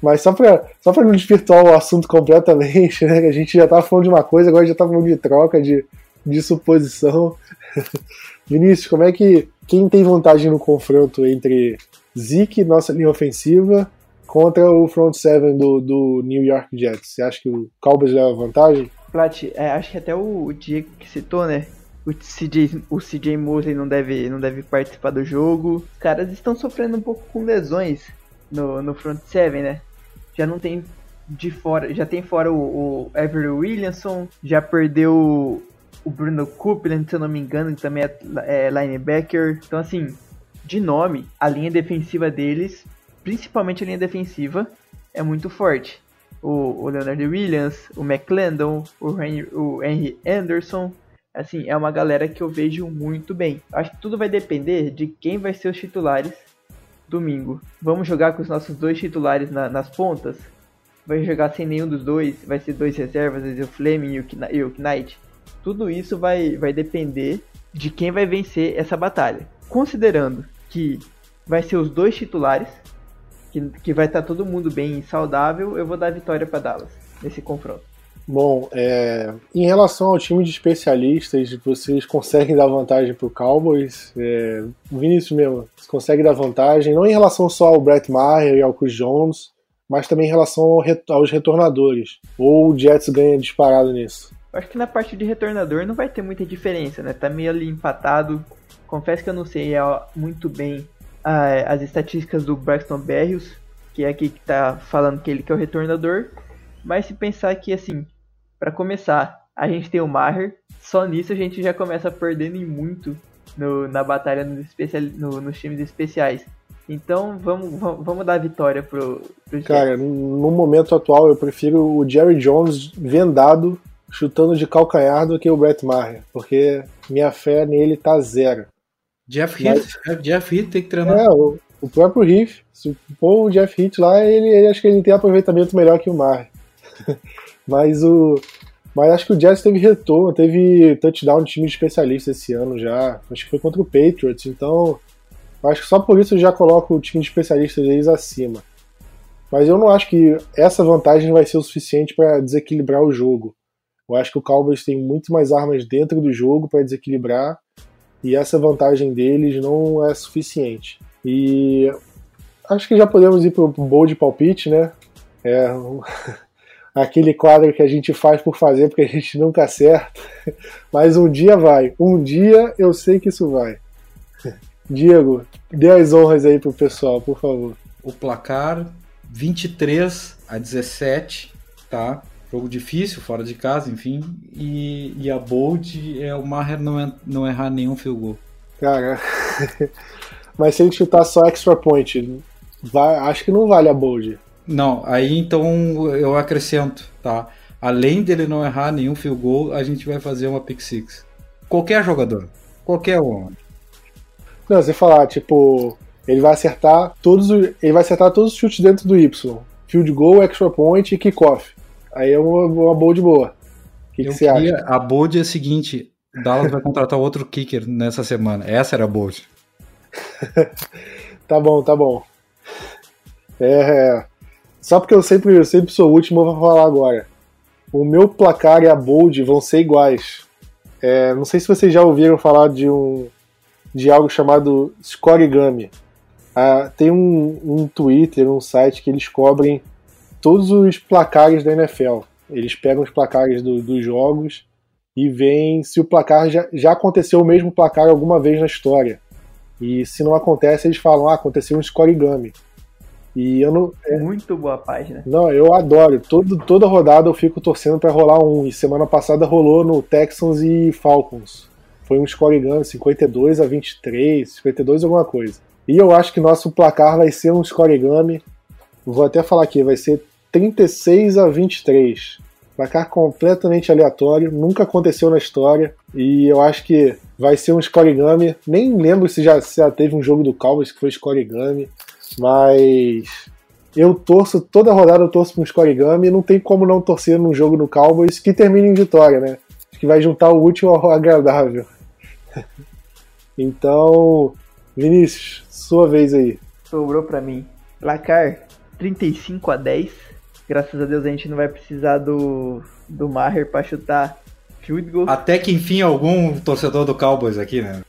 Mas só pra, só pra não desvirtuar o assunto completamente, né? Que a gente já tava falando de uma coisa, agora já tá falando de troca, de, de suposição. Vinícius, como é que... Quem tem vantagem no confronto entre Zeke, nossa linha ofensiva, contra o front seven do, do New York Jets? Você acha que o Cowboys leva vantagem? Plat, é, acho que até o, o Diego que citou, né? O C J, o C J Mosley não deve, não deve participar do jogo. Os caras estão sofrendo um pouco com lesões no, no front seven, né? Já não tem de fora, já tem fora o, o Avery Williamson, já perdeu o Bruno Copeland, se eu não me engano, que também é, é linebacker. Então, assim, de nome, a linha defensiva deles, principalmente a linha defensiva, é muito forte. O, o Leonard Williams, o McClendon, o Henry, o Henry Anderson, assim, é uma galera que eu vejo muito bem. Acho que tudo vai depender de quem vai ser os titulares domingo. Vamos jogar com os nossos dois titulares na, nas pontas? Vai jogar sem nenhum dos dois? Vai ser dois reservas, o Fleming e o Knight? Tudo isso vai, vai depender de quem vai vencer essa batalha. Considerando que vai ser os dois titulares, que, que vai estar todo mundo bem e saudável, eu vou dar vitória para Dallas nesse confronto. Bom, é, em relação ao time de especialistas, vocês conseguem dar vantagem para o Cowboys? É, o Vinícius mesmo, você consegue dar vantagem, não em relação só ao Brett Maher e ao Chris Jones, mas também em relação ao, aos retornadores. Ou o Jets ganha disparado nisso? Eu acho que na parte de retornador não vai ter muita diferença, né? Tá meio ali empatado. Confesso que eu não sei muito bem ah, as estatísticas do Braxton Berrios, que é aqui que tá falando que ele que é o retornador. Mas se pensar que, assim, para começar, a gente tem o Maher, só nisso a gente já começa perdendo em muito no, na batalha nos, especial, no, nos times especiais. Então vamos, vamos, vamos dar a vitória pro, pro Cara, no momento atual eu prefiro o Jerry Jones vendado, chutando de calcanhar, do que o Brett Maher, porque minha fé nele tá zero. Jeff Heath, Mas... Jeff Heath tem que treinar. É, o, o próprio Heath, se pôr o Jeff Heath lá, ele, ele acho que ele tem aproveitamento melhor que o Maher. Mas o mas acho que o Jets teve retorno, teve touchdown de time de especialista esse ano já, acho que foi contra o Patriots, então acho que só por isso eu já coloco o time de especialistas deles acima. Mas eu não acho que essa vantagem vai ser o suficiente para desequilibrar o jogo. Eu acho que o Cowboys tem muito mais armas dentro do jogo para desequilibrar, e essa vantagem deles não é suficiente. E acho que já podemos ir pro bold palpite, né? É aquele quadro que a gente faz por fazer, porque a gente nunca acerta. Mas um dia vai. Um dia eu sei que isso vai. Diego, dê as honras aí pro pessoal, por favor. O placar vinte e três a dezessete, tá? Jogo difícil, fora de casa, enfim. E, e a bold é o Maher não, não errar nenhum field goal. Cara, mas se ele chutar só extra point, vai, acho que não vale a bold. Não, aí então eu acrescento, tá? Além dele não errar nenhum field goal, a gente vai fazer uma pick six. Qualquer jogador, qualquer um. Não, você falar, tipo, ele vai acertar todos os, ele vai acertar todos os chutes dentro do Y. Field goal, extra point e kickoff. Aí é uma, uma bold boa. O que, que você queria, acha? A bold é a seguinte, Dallas vai contratar outro kicker nessa semana. Essa era a bold. Tá bom, tá bom. É, só porque eu sempre, eu sempre sou o último, eu vou falar agora. O meu placar e a bold vão ser iguais. É, não sei se vocês já ouviram falar de um de algo chamado Scorigami. Ah, tem um, um Twitter, um site que eles cobrem todos os placares da N F L. Eles pegam os placares do, dos jogos e veem se o placar já, já aconteceu o mesmo placar alguma vez na história. E se não acontece, eles falam, ah, aconteceu um Scorigami. E eu não, é, muito boa página. Não, eu adoro. Todo, toda rodada eu fico torcendo para rolar um. E semana passada rolou no Texans e Falcons. Foi um Scorigami cinquenta e dois a vinte e três, cinquenta e dois alguma coisa. E eu acho que nosso placar vai ser um Scorigami. Vou até falar aqui, vai ser trinta e seis a vinte e três. Placar completamente aleatório, nunca aconteceu na história. E eu acho que vai ser um Scorigami. Nem lembro se já, se já teve um jogo do Cowboys que foi Scorigami. Mas eu torço, toda rodada eu torço para um Scorigami. E não tem como não torcer num jogo do Cowboys que termine em vitória, né? Acho que vai juntar o útil ao agradável. Então, Vinícius, sua vez aí. Sobrou para mim. Placar trinta e cinco a dez. Graças a Deus a gente não vai precisar do, do Maher pra chutar field goal. Até que enfim algum torcedor do Cowboys aqui, né?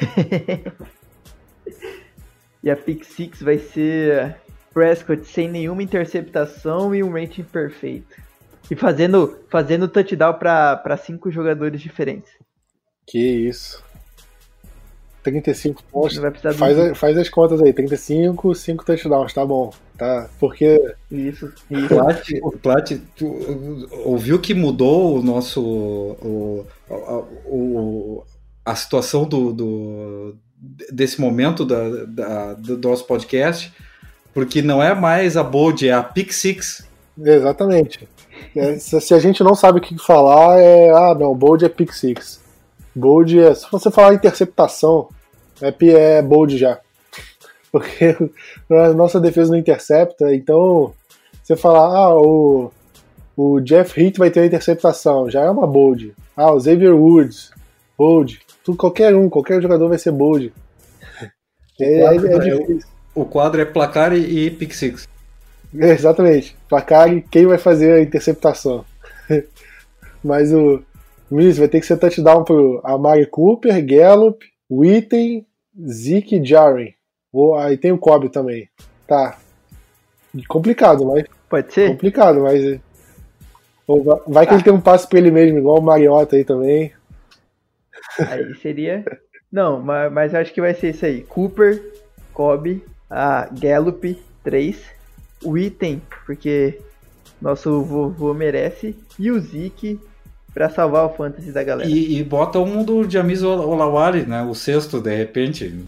E a pick six vai ser Prescott sem nenhuma interceptação e um rating perfeito. E fazendo, fazendo touchdown para cinco jogadores diferentes. Que isso. trinta e cinco pontos. Não vai precisar Faz, do... a, faz as contas aí. trinta e cinco, cinco touchdowns, tá bom. Tá? Porque. Isso, O isso. Plat, o Plat tu, ouviu que mudou o nosso. O, o, o, a situação do, do, desse momento da, da, do nosso podcast, porque não é mais a Bold, é a Pick Six. Exatamente. É, se, se a gente não sabe o que falar, é. Ah, não, Bold é Pick Six. Bold é. Se você falar interceptação, é, é Bold já. Porque a nossa defesa não intercepta, então você falar, ah, o, o Jeff Heath vai ter uma interceptação, já é uma Bold. Ah, o Xavier Woods, Bold. Tudo, qualquer um, qualquer jogador vai ser Bold. É, é, é difícil. O quadro é placar e, e Pick Six. É, exatamente. Placar e quem vai fazer a interceptação. Mas o Miz vai ter que ser touchdown pro Amari Cooper, Gallup, Witten, Zeke e Jaren. Oh, aí tem o Cobb também. Tá. Complicado, mas. Pode ser? Complicado, mas. Vai, vai que ah. ele tem um passe pra ele mesmo, igual o Mariota aí também. Aí seria. Não, mas, mas acho que vai ser isso aí. Cooper, Cobb, a Gallup, três. O Item, porque nosso vovô merece. E o Zeke pra salvar o fantasy da galera. E, e bota um do James Olawale, né? O sexto, de repente.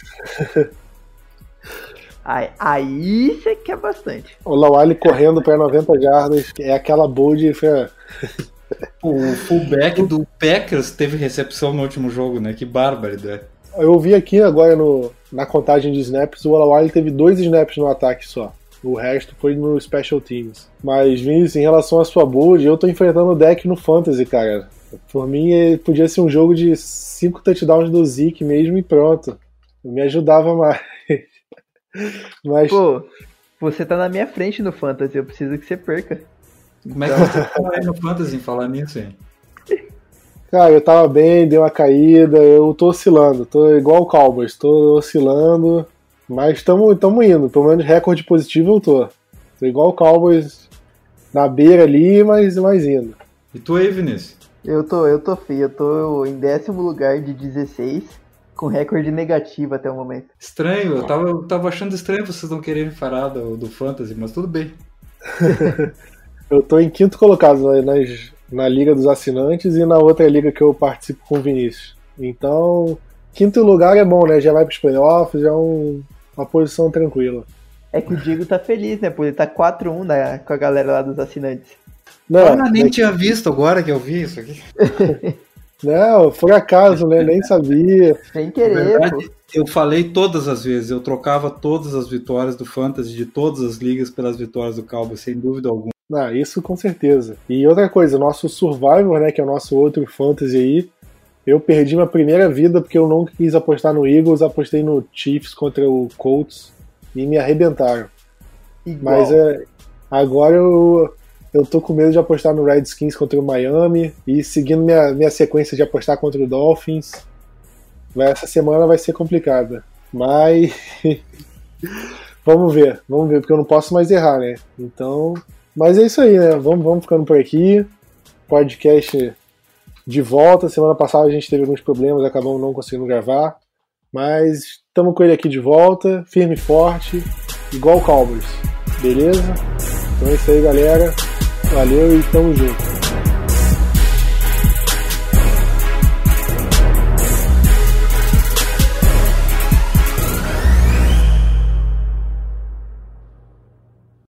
Aí, aí você quer bastante. O Lawale correndo para noventa jardas é aquela bold. Foi... O fullback do Packers teve recepção no último jogo, né? Que bárbaro, né? Eu vi aqui agora no, na contagem de snaps, o Lawale teve dois snaps no ataque só. O resto foi no Special Teams. Mas, Vinícius, em relação à sua bold, eu tô enfrentando o deck no Fantasy, cara. Por mim, podia ser um jogo de cinco touchdowns do Zeke mesmo e pronto. Me ajudava mais. Mas... Pô, você tá na minha frente no Fantasy, eu preciso que você perca. Como é que você tá aí no Fantasy em falar nisso, hein? Cara, eu tava bem, dei uma caída, eu tô oscilando, tô igual o Cowboys, tô oscilando, mas tamo, tamo indo, pelo menos recorde positivo eu tô. Tô igual o Cowboys, na beira ali, mas, mas indo. E tu aí, Vinícius? Eu tô, eu tô feio, eu tô em décimo lugar de dezesseis. Com recorde negativo até o momento. Estranho, eu tava, eu tava achando estranho vocês não quererem falar do, do Fantasy, mas tudo bem. Eu tô em quinto colocado na, na Liga dos Assinantes e na outra liga que eu participo com o Vinícius. Então, quinto lugar é bom, né? Já vai pros playoffs, já é um, uma posição tranquila. É que o Diego tá feliz, né? Por ele tá quatro a um né, com a galera lá dos assinantes. Não, ah, nem é... tinha visto agora que eu vi isso aqui. Não, foi acaso, né? Nem sabia. Sem querer, verdade, pô. Eu falei todas as vezes, eu trocava todas as vitórias do Fantasy de todas as ligas pelas vitórias do Cowboys, sem dúvida alguma. Ah, isso com certeza. E outra coisa, nosso Survivor, né, que é o nosso outro Fantasy aí, eu perdi minha primeira vida porque eu não quis apostar no Eagles, apostei no Chiefs contra o Colts e me arrebentaram. Igual. Mas é, agora eu... Eu tô com medo de apostar no Redskins contra o Miami e seguindo minha, minha sequência de apostar contra o Dolphins. Essa semana vai ser complicada. Mas vamos ver, vamos ver, porque eu não posso mais errar, né? Então, mas é isso aí, né? Vamos, vamos ficando por aqui. Podcast de volta. Semana passada a gente teve alguns problemas, acabamos não conseguindo gravar. Mas estamos com ele aqui de volta, firme e forte, igual o Cowboys. Beleza? Então é isso aí, galera. Valeu e tamo junto.